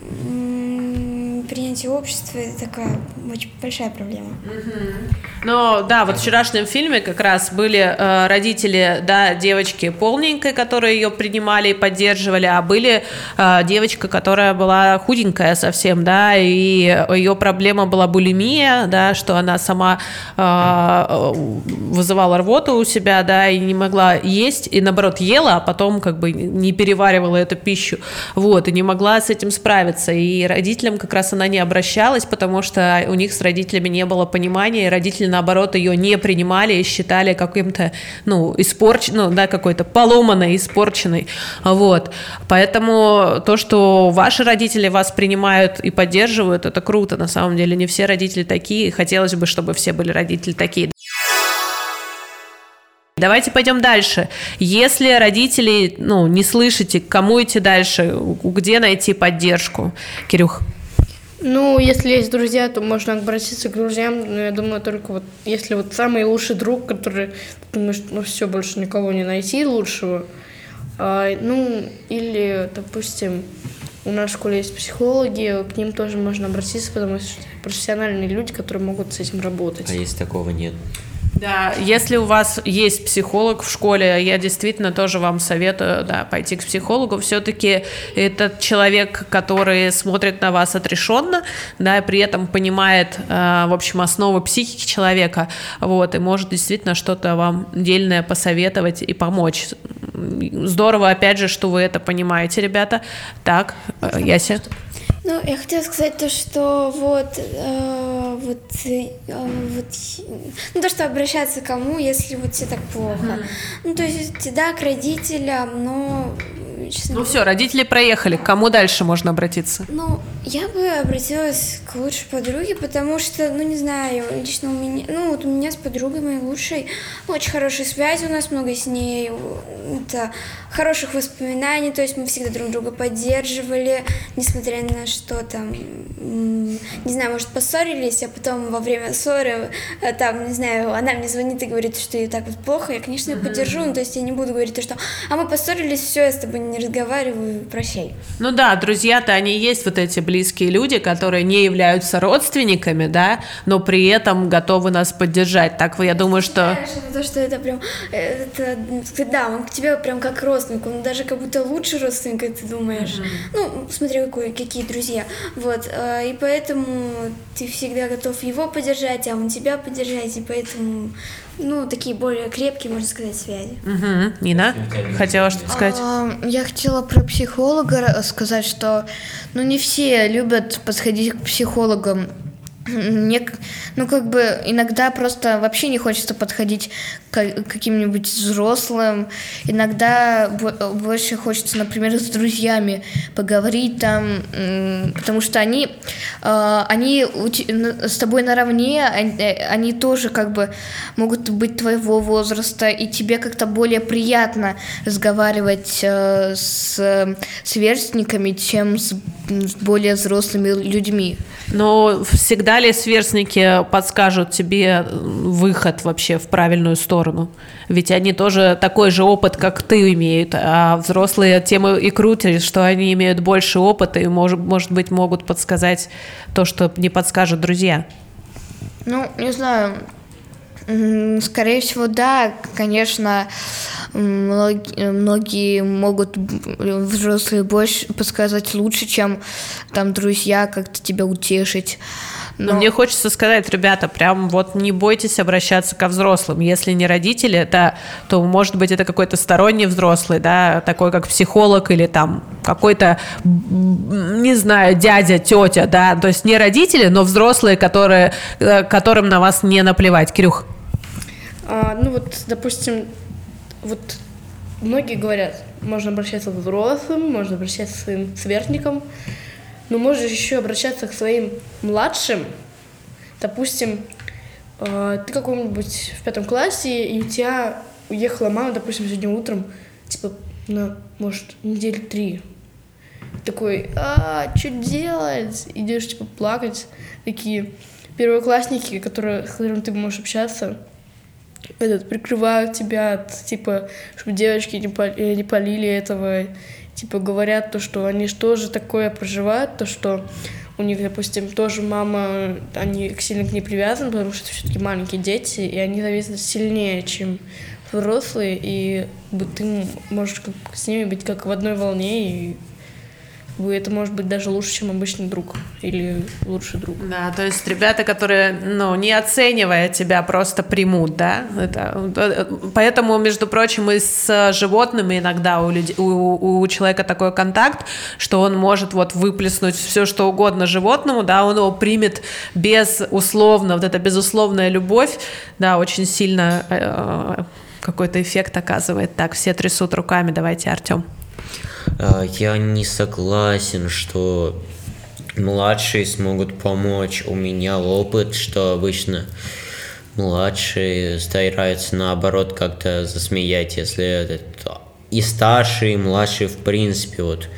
принятие общества — это такая очень большая проблема. Mm-hmm. Ну, да, вот в вчерашнем фильме как раз были э, родители, да, девочки полненькой, которые ее принимали и поддерживали, а были э, девочка, которая была худенькая совсем, да, и ее проблема была булимия, да, что она сама э, вызывала рвоту у себя, да, и не могла есть, и наоборот ела, а потом как бы не переваривала эту пищу, вот, и не могла с этим справиться, и родителям как раз она не обращалась, потому что у них с родителями не было понимания, и родители, наоборот, ее не принимали и считали каким-то, ну, испорченным, ну, да, какой-то поломанной, испорченной, вот. Поэтому то, что ваши родители вас принимают и поддерживают, это круто, на самом деле, не все родители такие, и хотелось бы, чтобы все были родители такие. Давайте пойдем дальше. Если родители, ну, не слышите, к кому идти дальше, где найти поддержку? Кирюх? Ну, если есть друзья, то можно обратиться к друзьям, но я думаю, только вот если вот самый лучший друг, который думаешь, ну все, больше никого не найти лучшего, а, ну, или, допустим, у нас в школе есть психологи, к ним тоже можно обратиться, потому что профессиональные люди, которые могут с этим работать. А если такого нет? Да, если у вас есть психолог в школе, я действительно тоже вам советую, да, пойти к психологу. Все-таки этот человек, который смотрит на вас отрешенно, да, и при этом понимает, э, в общем, основы психики человека, вот, и может действительно что-то вам дельное посоветовать и помочь. Здорово, опять же, что вы это понимаете, ребята. Так, Яся. Ну, я хотела сказать то, что вот, э, вот, э, вот, ну, то, что обращаться к кому, если вот тебе так плохо. Mm-hmm. Ну, то есть, да, к родителям, но... Честно, ну все, родители проехали. К кому дальше можно обратиться? Ну, я бы обратилась к лучшей подруге, потому что, ну, не знаю, лично у меня, ну, вот у меня с подругой моей лучшей очень хорошие связи, у нас много с ней, это хороших воспоминаний, то есть мы всегда друг друга поддерживали, несмотря на что там, не знаю, может, поссорились, а потом во время ссоры, там, не знаю, она мне звонит и говорит, что ей так вот плохо, я, конечно, ее поддержу, ну, то есть я не буду говорить то, что, а мы поссорились, все, я с тобой не разговариваю, прощай. Ну да, друзья-то они есть вот эти близкие люди, которые не являются родственниками, да, но при этом готовы нас поддержать. Так я думаю, что... Знаешь, то, что это прям, это, да, он к тебе прям как родственник, он даже как будто лучше родственник, как ты думаешь. Mm-hmm. Ну, смотри, какой, какие друзья. Вот, и поэтому ты всегда готов его поддержать, а он тебя поддержать, и поэтому... Ну, такие более крепкие, можно сказать, связи. Угу. Нина, хотела что-то сказать? А, я хотела про психолога сказать, что ну, не все любят подходить к психологам. Мне, ну, как бы иногда просто вообще не хочется подходить к каким-нибудь взрослым. Иногда больше хочется, например, с друзьями поговорить там, потому что они, они с тобой наравне, они тоже как бы могут быть твоего возраста, и тебе как-то более приятно разговаривать с сверстниками, чем с более взрослыми людьми. Но всегда ли сверстники подскажут тебе выход вообще в правильную сторону? Ведь они тоже такой же опыт, как ты, имеют, а взрослые тем и крутят, что они имеют больше опыта и, может, может быть, могут подсказать то, что не подскажут друзья. Ну, не знаю, скорее всего, да, конечно, многие, многие могут взрослые больше подсказать лучше, чем там друзья, как-то тебя утешить. Но... Но мне хочется сказать, ребята, прям вот не бойтесь обращаться ко взрослым. Если не родители, да, то, может быть, это какой-то сторонний взрослый, да, такой как психолог или там какой-то, не знаю, дядя, тетя, да, то есть не родители, но взрослые, которые, которым на вас не наплевать. Кирюх. А, ну вот, допустим, вот многие говорят, можно обращаться к взрослым, можно обращаться к своим сверстникам, но можно еще обращаться к своим младшим. Допустим, э, ты какой-нибудь в пятом классе, и у тебя уехала мама, допустим, сегодня утром, типа, на, может, недели три. Такой, а, что делать? Идешь, типа, плакать. Такие первоклассники, которые, с которыми ты можешь общаться, этот, прикрывают тебя, типа, чтобы девочки не, пали, не полили этого, типа, говорят то, что они что же такое проживают, то, что у них, допустим, тоже мама, они сильно к ней привязаны, потому что это все-таки маленькие дети, и они зависят сильнее, чем взрослые, и ты можешь с ними быть как в одной волне, и это может быть даже лучше, чем обычный друг или лучший друг. Да, то есть ребята, которые, ну, не оценивая тебя, просто примут, да? Это, поэтому, между прочим, и с животными иногда у, людей, у, у человека такой контакт, что он может вот выплеснуть все, что угодно животному, да, он его примет безусловно, вот эта безусловная любовь, да, очень сильно э, какой-то эффект оказывает. Так, все трясут руками, давайте, Артем. Я не согласен, что младшие смогут помочь. У меня опыт, что обычно младшие стараются наоборот как-то засмеять, если это и старшие, и младшие в принципе. Вот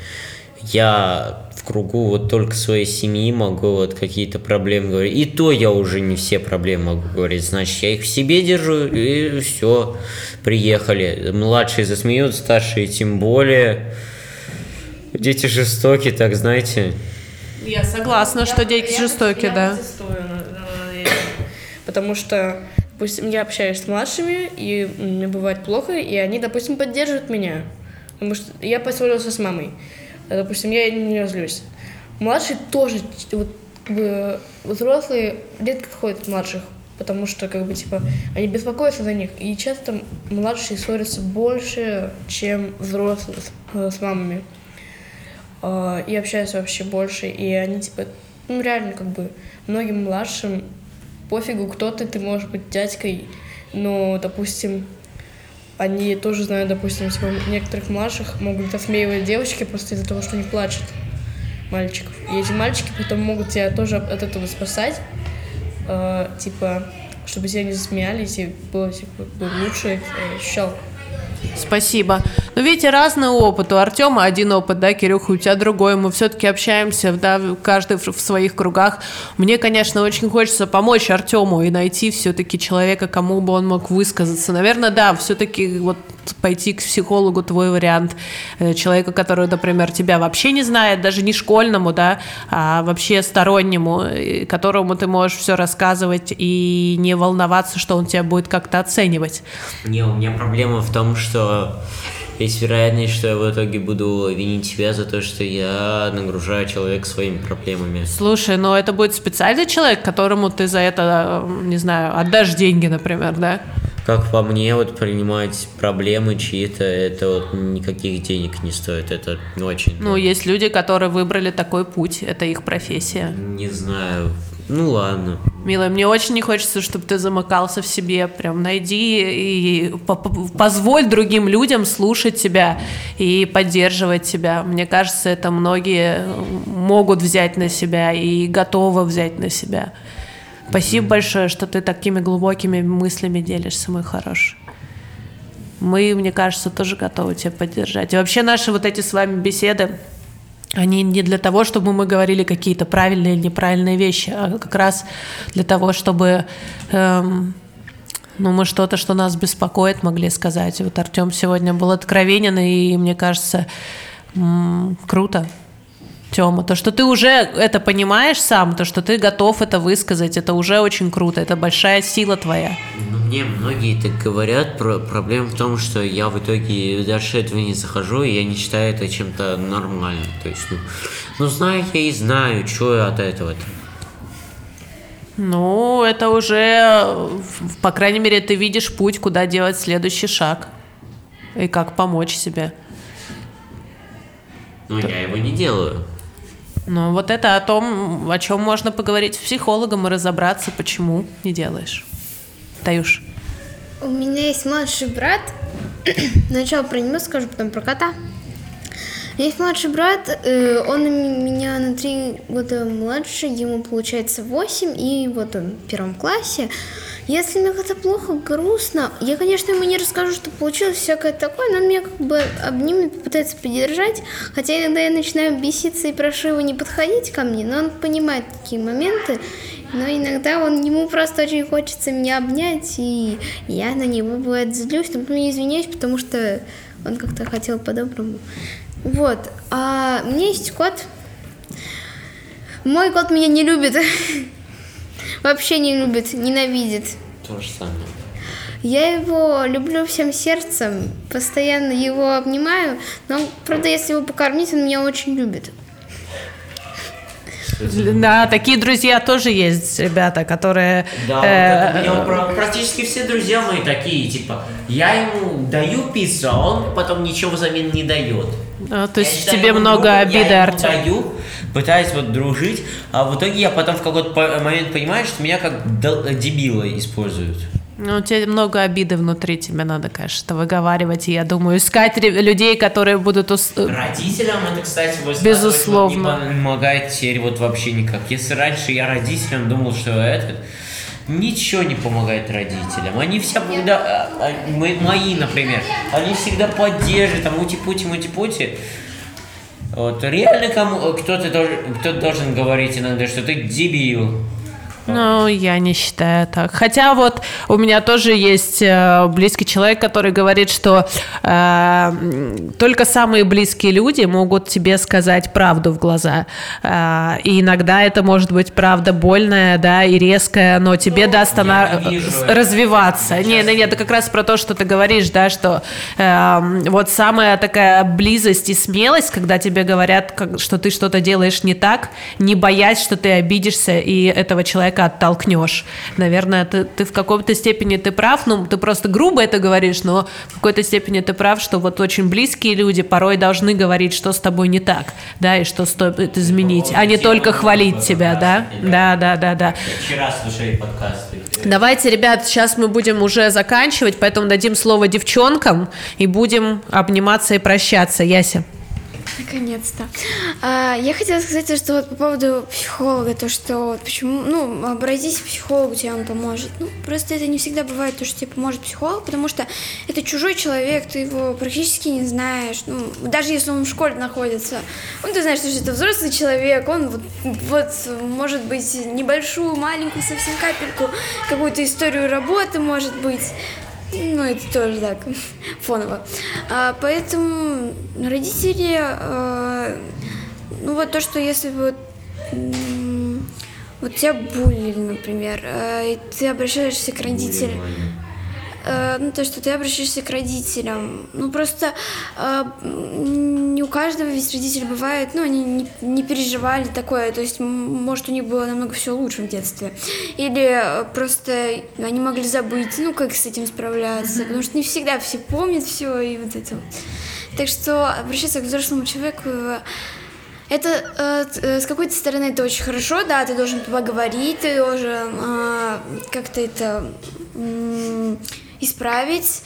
я в кругу вот только своей семьи могу вот какие-то проблемы говорить. И то я уже не все проблемы могу говорить. Значит, я их в себе держу, и все, приехали. Младшие засмеют, старшие тем более. Дети жестокие, так знаете. Я согласна, что дети жестокие, да. Потому что, допустим, я общаюсь с младшими, и мне бывает плохо, и они, допустим, поддерживают меня. Потому что я поссорился с мамой. Допустим, я не разлюсь. Младшие тоже, вот, как бы, взрослые редко ходят от младших, потому что, как бы, типа, они беспокоятся за них. И часто младшие ссорятся больше, чем взрослые с, с мамами. э, и общаются вообще больше, и они, типа, ну, реально, как бы, многим младшим пофигу, кто ты, ты можешь быть дядькой, но, допустим, они тоже знают, допустим, типа, некоторых младших могут отсмеивать девочки просто из-за того, что они плачут мальчиков. И эти мальчики потом могут тебя тоже от этого спасать, э, типа, чтобы тебя не засмеялись и было, типа, лучше э, ощущал. Спасибо. Ну, видите, разный опыт. У Артема один опыт, да, Кирюха, у тебя другой. Мы все-таки общаемся, да, каждый в своих кругах. Мне, конечно, очень хочется помочь Артему и найти все-таки человека, кому бы он мог высказаться. Наверное, да, все-таки вот пойти к психологу твой вариант. Человека, который, например, тебя вообще не знает, даже не школьному, да, а вообще стороннему, которому ты можешь все рассказывать и не волноваться, что он тебя будет как-то оценивать. Не, у меня проблема в том, что есть вероятность, что я в итоге буду винить себя за то, что я нагружаю человека своими проблемами. Слушай, ну это будет специальный человек, которому ты за это, не знаю, отдашь деньги, например, да? Как по мне, вот принимать проблемы чьи-то, это вот никаких денег не стоит, это очень... Ну, есть люди, которые выбрали такой путь, это их профессия. Не знаю, ну ладно. Милая, мне очень не хочется, чтобы ты замыкался в себе, прям найди и позволь другим людям слушать тебя и поддерживать тебя. Мне кажется, это многие могут взять на себя и готовы взять на себя. Спасибо большое, что ты такими глубокими мыслями делишься, мой хороший. Мы, мне кажется, тоже готовы тебя поддержать. И вообще наши вот эти с вами беседы, они не для того, чтобы мы говорили какие-то правильные или неправильные вещи, а как раз для того, чтобы эм, ну, мы что-то, что нас беспокоит, могли сказать. И вот Артем сегодня был откровенен, и мне кажется, м- круто. Тёма, то, что ты уже это понимаешь сам, то, что ты готов это высказать, это уже очень круто, это большая сила твоя. Ну, мне многие так говорят, про проблема в том, что я в итоге дальше этого не захожу, и я не считаю это чем-то нормальным. То есть, ну, ну знаю я и знаю, что я от этого-то. Ну, это уже, по крайней мере, ты видишь путь, куда делать следующий шаг, и как помочь себе. Но я его не делаю. Ну, вот это о том, о чем можно поговорить с психологом и разобраться, почему не делаешь. Таюш. У меня есть младший брат. Сначала про него скажу, потом про кота. У меня есть младший брат, он меня на три года младше, ему получается восемь, и вот он в первом классе. Если мне как-то плохо, грустно, я, конечно, ему не расскажу, что получилось всякое такое, но он меня как бы обнимет, попытается поддержать, хотя иногда я начинаю беситься и прошу его не подходить ко мне, но он понимает такие моменты, но иногда он, ему просто очень хочется меня обнять, и я на него, бывает, злюсь, но потом я извиняюсь, потому что он как-то хотел по-доброму. Вот, а у меня есть кот. Мой кот меня не любит. Вообще не любит, ненавидит. То же самое. Я его люблю всем сердцем, постоянно его обнимаю, но, правда, если его покормить, он меня очень любит. Да, такие друзья тоже есть, ребята, которые... Да, э, вот это, у меня практически все друзья мои такие, типа, я ему даю пиццу, а он потом ничего взамен не дает. А, то есть Я тебе много другу, обиды, я Артем. даю, пытаюсь вот дружить, а в итоге я потом в какой-то момент понимаю, что меня как дебила используют. Ну, у тебя много обиды внутри, тебе надо, конечно, выговаривать, и я думаю, искать людей, которые будут... Ус... Родителям это, кстати, Безусловно. Вот не помогает теперь вот вообще никак. Если раньше я родителям думал, что это... Ничего не помогает родителям. Они всегда, мои, например, они всегда поддерживают, там ути-пути, мути-пути. Вот, реально кому кто-то должен, кто должен говорить иногда, что ты дебил. Ну, я не считаю так. Хотя вот у меня тоже есть э, близкий человек, который говорит, что э, только самые близкие люди могут тебе сказать правду в глаза. Э, и иногда это может быть правда больная, да, и резкая, но тебе ну, даст она развиваться. Это. Нет, нет, это как раз про то, что ты говоришь, да, что э, вот самая такая близость и смелость, когда тебе говорят, как, что ты что-то делаешь не так, не боясь, что ты обидишься, и этого человека человека оттолкнешь. Наверное, ты, ты в какой-то степени ты прав, ну, ты просто грубо это говоришь, но в какой-то степени ты прав, что вот очень близкие люди порой должны говорить, что с тобой не так, да, и что стоит изменить, а не только хвалить тебя, да? Да, да, да, да. Вчера слушали подкасты. Давайте, ребят, сейчас мы будем уже заканчивать, поэтому дадим слово девчонкам и будем обниматься и прощаться. Яся. Наконец-то. А, я хотела сказать, что вот по поводу психолога, то, что вот почему, ну, обратись к психологу, тебе он поможет. Ну, просто это не всегда бывает, то, что тебе поможет психолог, потому что это чужой человек, ты его практически не знаешь. Ну, даже если он в школе находится, ну, ты знаешь, что это взрослый человек, он вот, вот может быть, небольшую, маленькую, совсем капельку, какую-то историю работы, может быть. Ну, это тоже так, фоново. А, поэтому родители, а, ну вот то, что если вот, вот тебя булили, например, а, и ты обращаешься к родителям, а, ну то, что ты обращаешься к родителям, ну просто а, не у каждого ведь родители бывают, ну они не, не переживали такое, то есть может у них было намного все лучше в детстве, или просто они могли забыть, ну как с этим справляться, потому что не всегда все помнят все и вот это. Так что обращаться к взрослому человеку, это э, с какой-то стороны это очень хорошо, да, ты должен поговорить, ты должен э, как-то это э, исправить.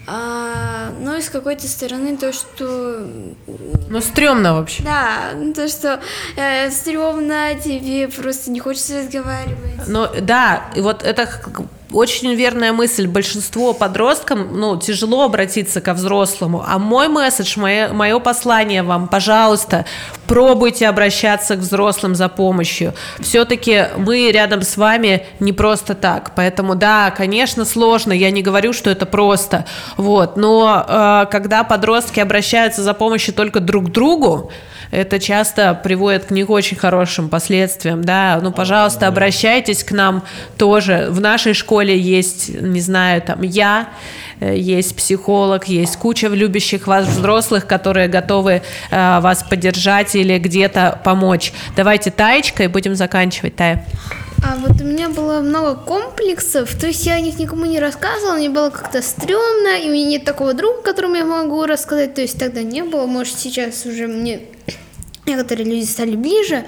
А, ну и с какой-то стороны то, что... Ну, стрёмно вообще. Да, то, что э, стрёмно, тебе просто не хочется разговаривать. Ну, да, и вот это очень верная мысль. Большинство подросткам, ну, тяжело обратиться ко взрослому. А мой месседж, мое, мое послание вам, пожалуйста, пробуйте обращаться к взрослым за помощью. Все-таки мы рядом с вами не просто так. Поэтому, да, конечно, сложно. Я не говорю, что это просто. Вот. Но э, когда подростки обращаются за помощью только друг к другу, это часто приводит к не очень хорошим последствиям, да, ну, пожалуйста, обращайтесь к нам тоже. В нашей школе есть, не знаю, там, я, есть психолог, есть куча любящих вас взрослых, которые готовы э, вас поддержать или где-то помочь. Давайте Таечка и будем заканчивать, Тая. А вот у меня было много комплексов, то есть я о них никому не рассказывала, мне было как-то стрёмно, и у меня нет такого друга, которому я могу рассказать, то есть тогда не было, может, сейчас уже мне некоторые люди стали ближе,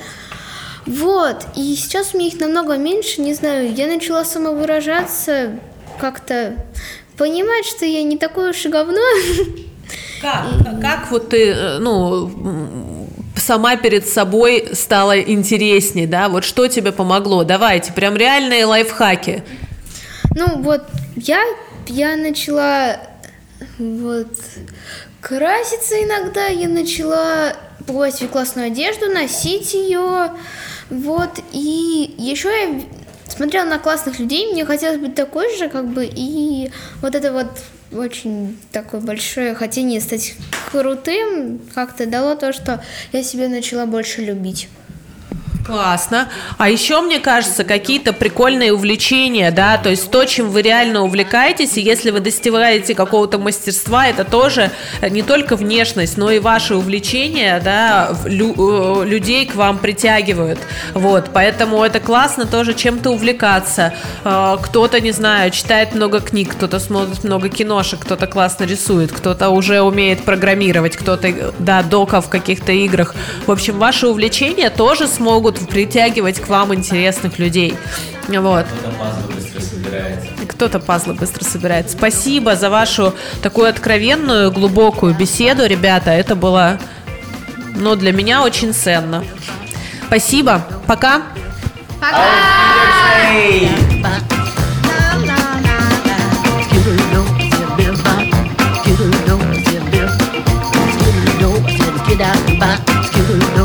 вот, и сейчас у меня их намного меньше, не знаю, я начала самовыражаться, как-то понимать, что я не такое уж и говно. Как, и... как вот ты, ну... сама перед собой стала интереснее, да? Вот что тебе помогло? Давайте, прям реальные лайфхаки. Ну вот, я, я начала вот краситься иногда, я начала покупать себе классную одежду, носить ее, вот, и еще я смотрела на классных людей, мне хотелось быть такой же, как бы, и вот это вот очень такое большое хотение стать крутым как-то дало то, что я себя начала больше любить. Классно. А еще, мне кажется, какие-то прикольные увлечения, да, то есть то, чем вы реально увлекаетесь, и если вы достигаете какого-то мастерства, это тоже не только внешность, но и ваши увлечения, да, лю- людей к вам притягивают, вот, поэтому это классно тоже чем-то увлекаться. Кто-то, не знаю, читает много книг, кто-то смотрит много киношек, кто-то классно рисует, кто-то уже умеет программировать, кто-то, да, дока в каких-то играх. В общем, ваши увлечения тоже смогут притягивать к вам интересных людей. Вот. Кто-то пазлы быстро собирает. Кто-то пазлы быстро собирает. Спасибо за вашу такую откровенную, глубокую беседу, ребята. Это было, ну, для меня очень ценно. Спасибо. Пока. Пока. Get out and buy,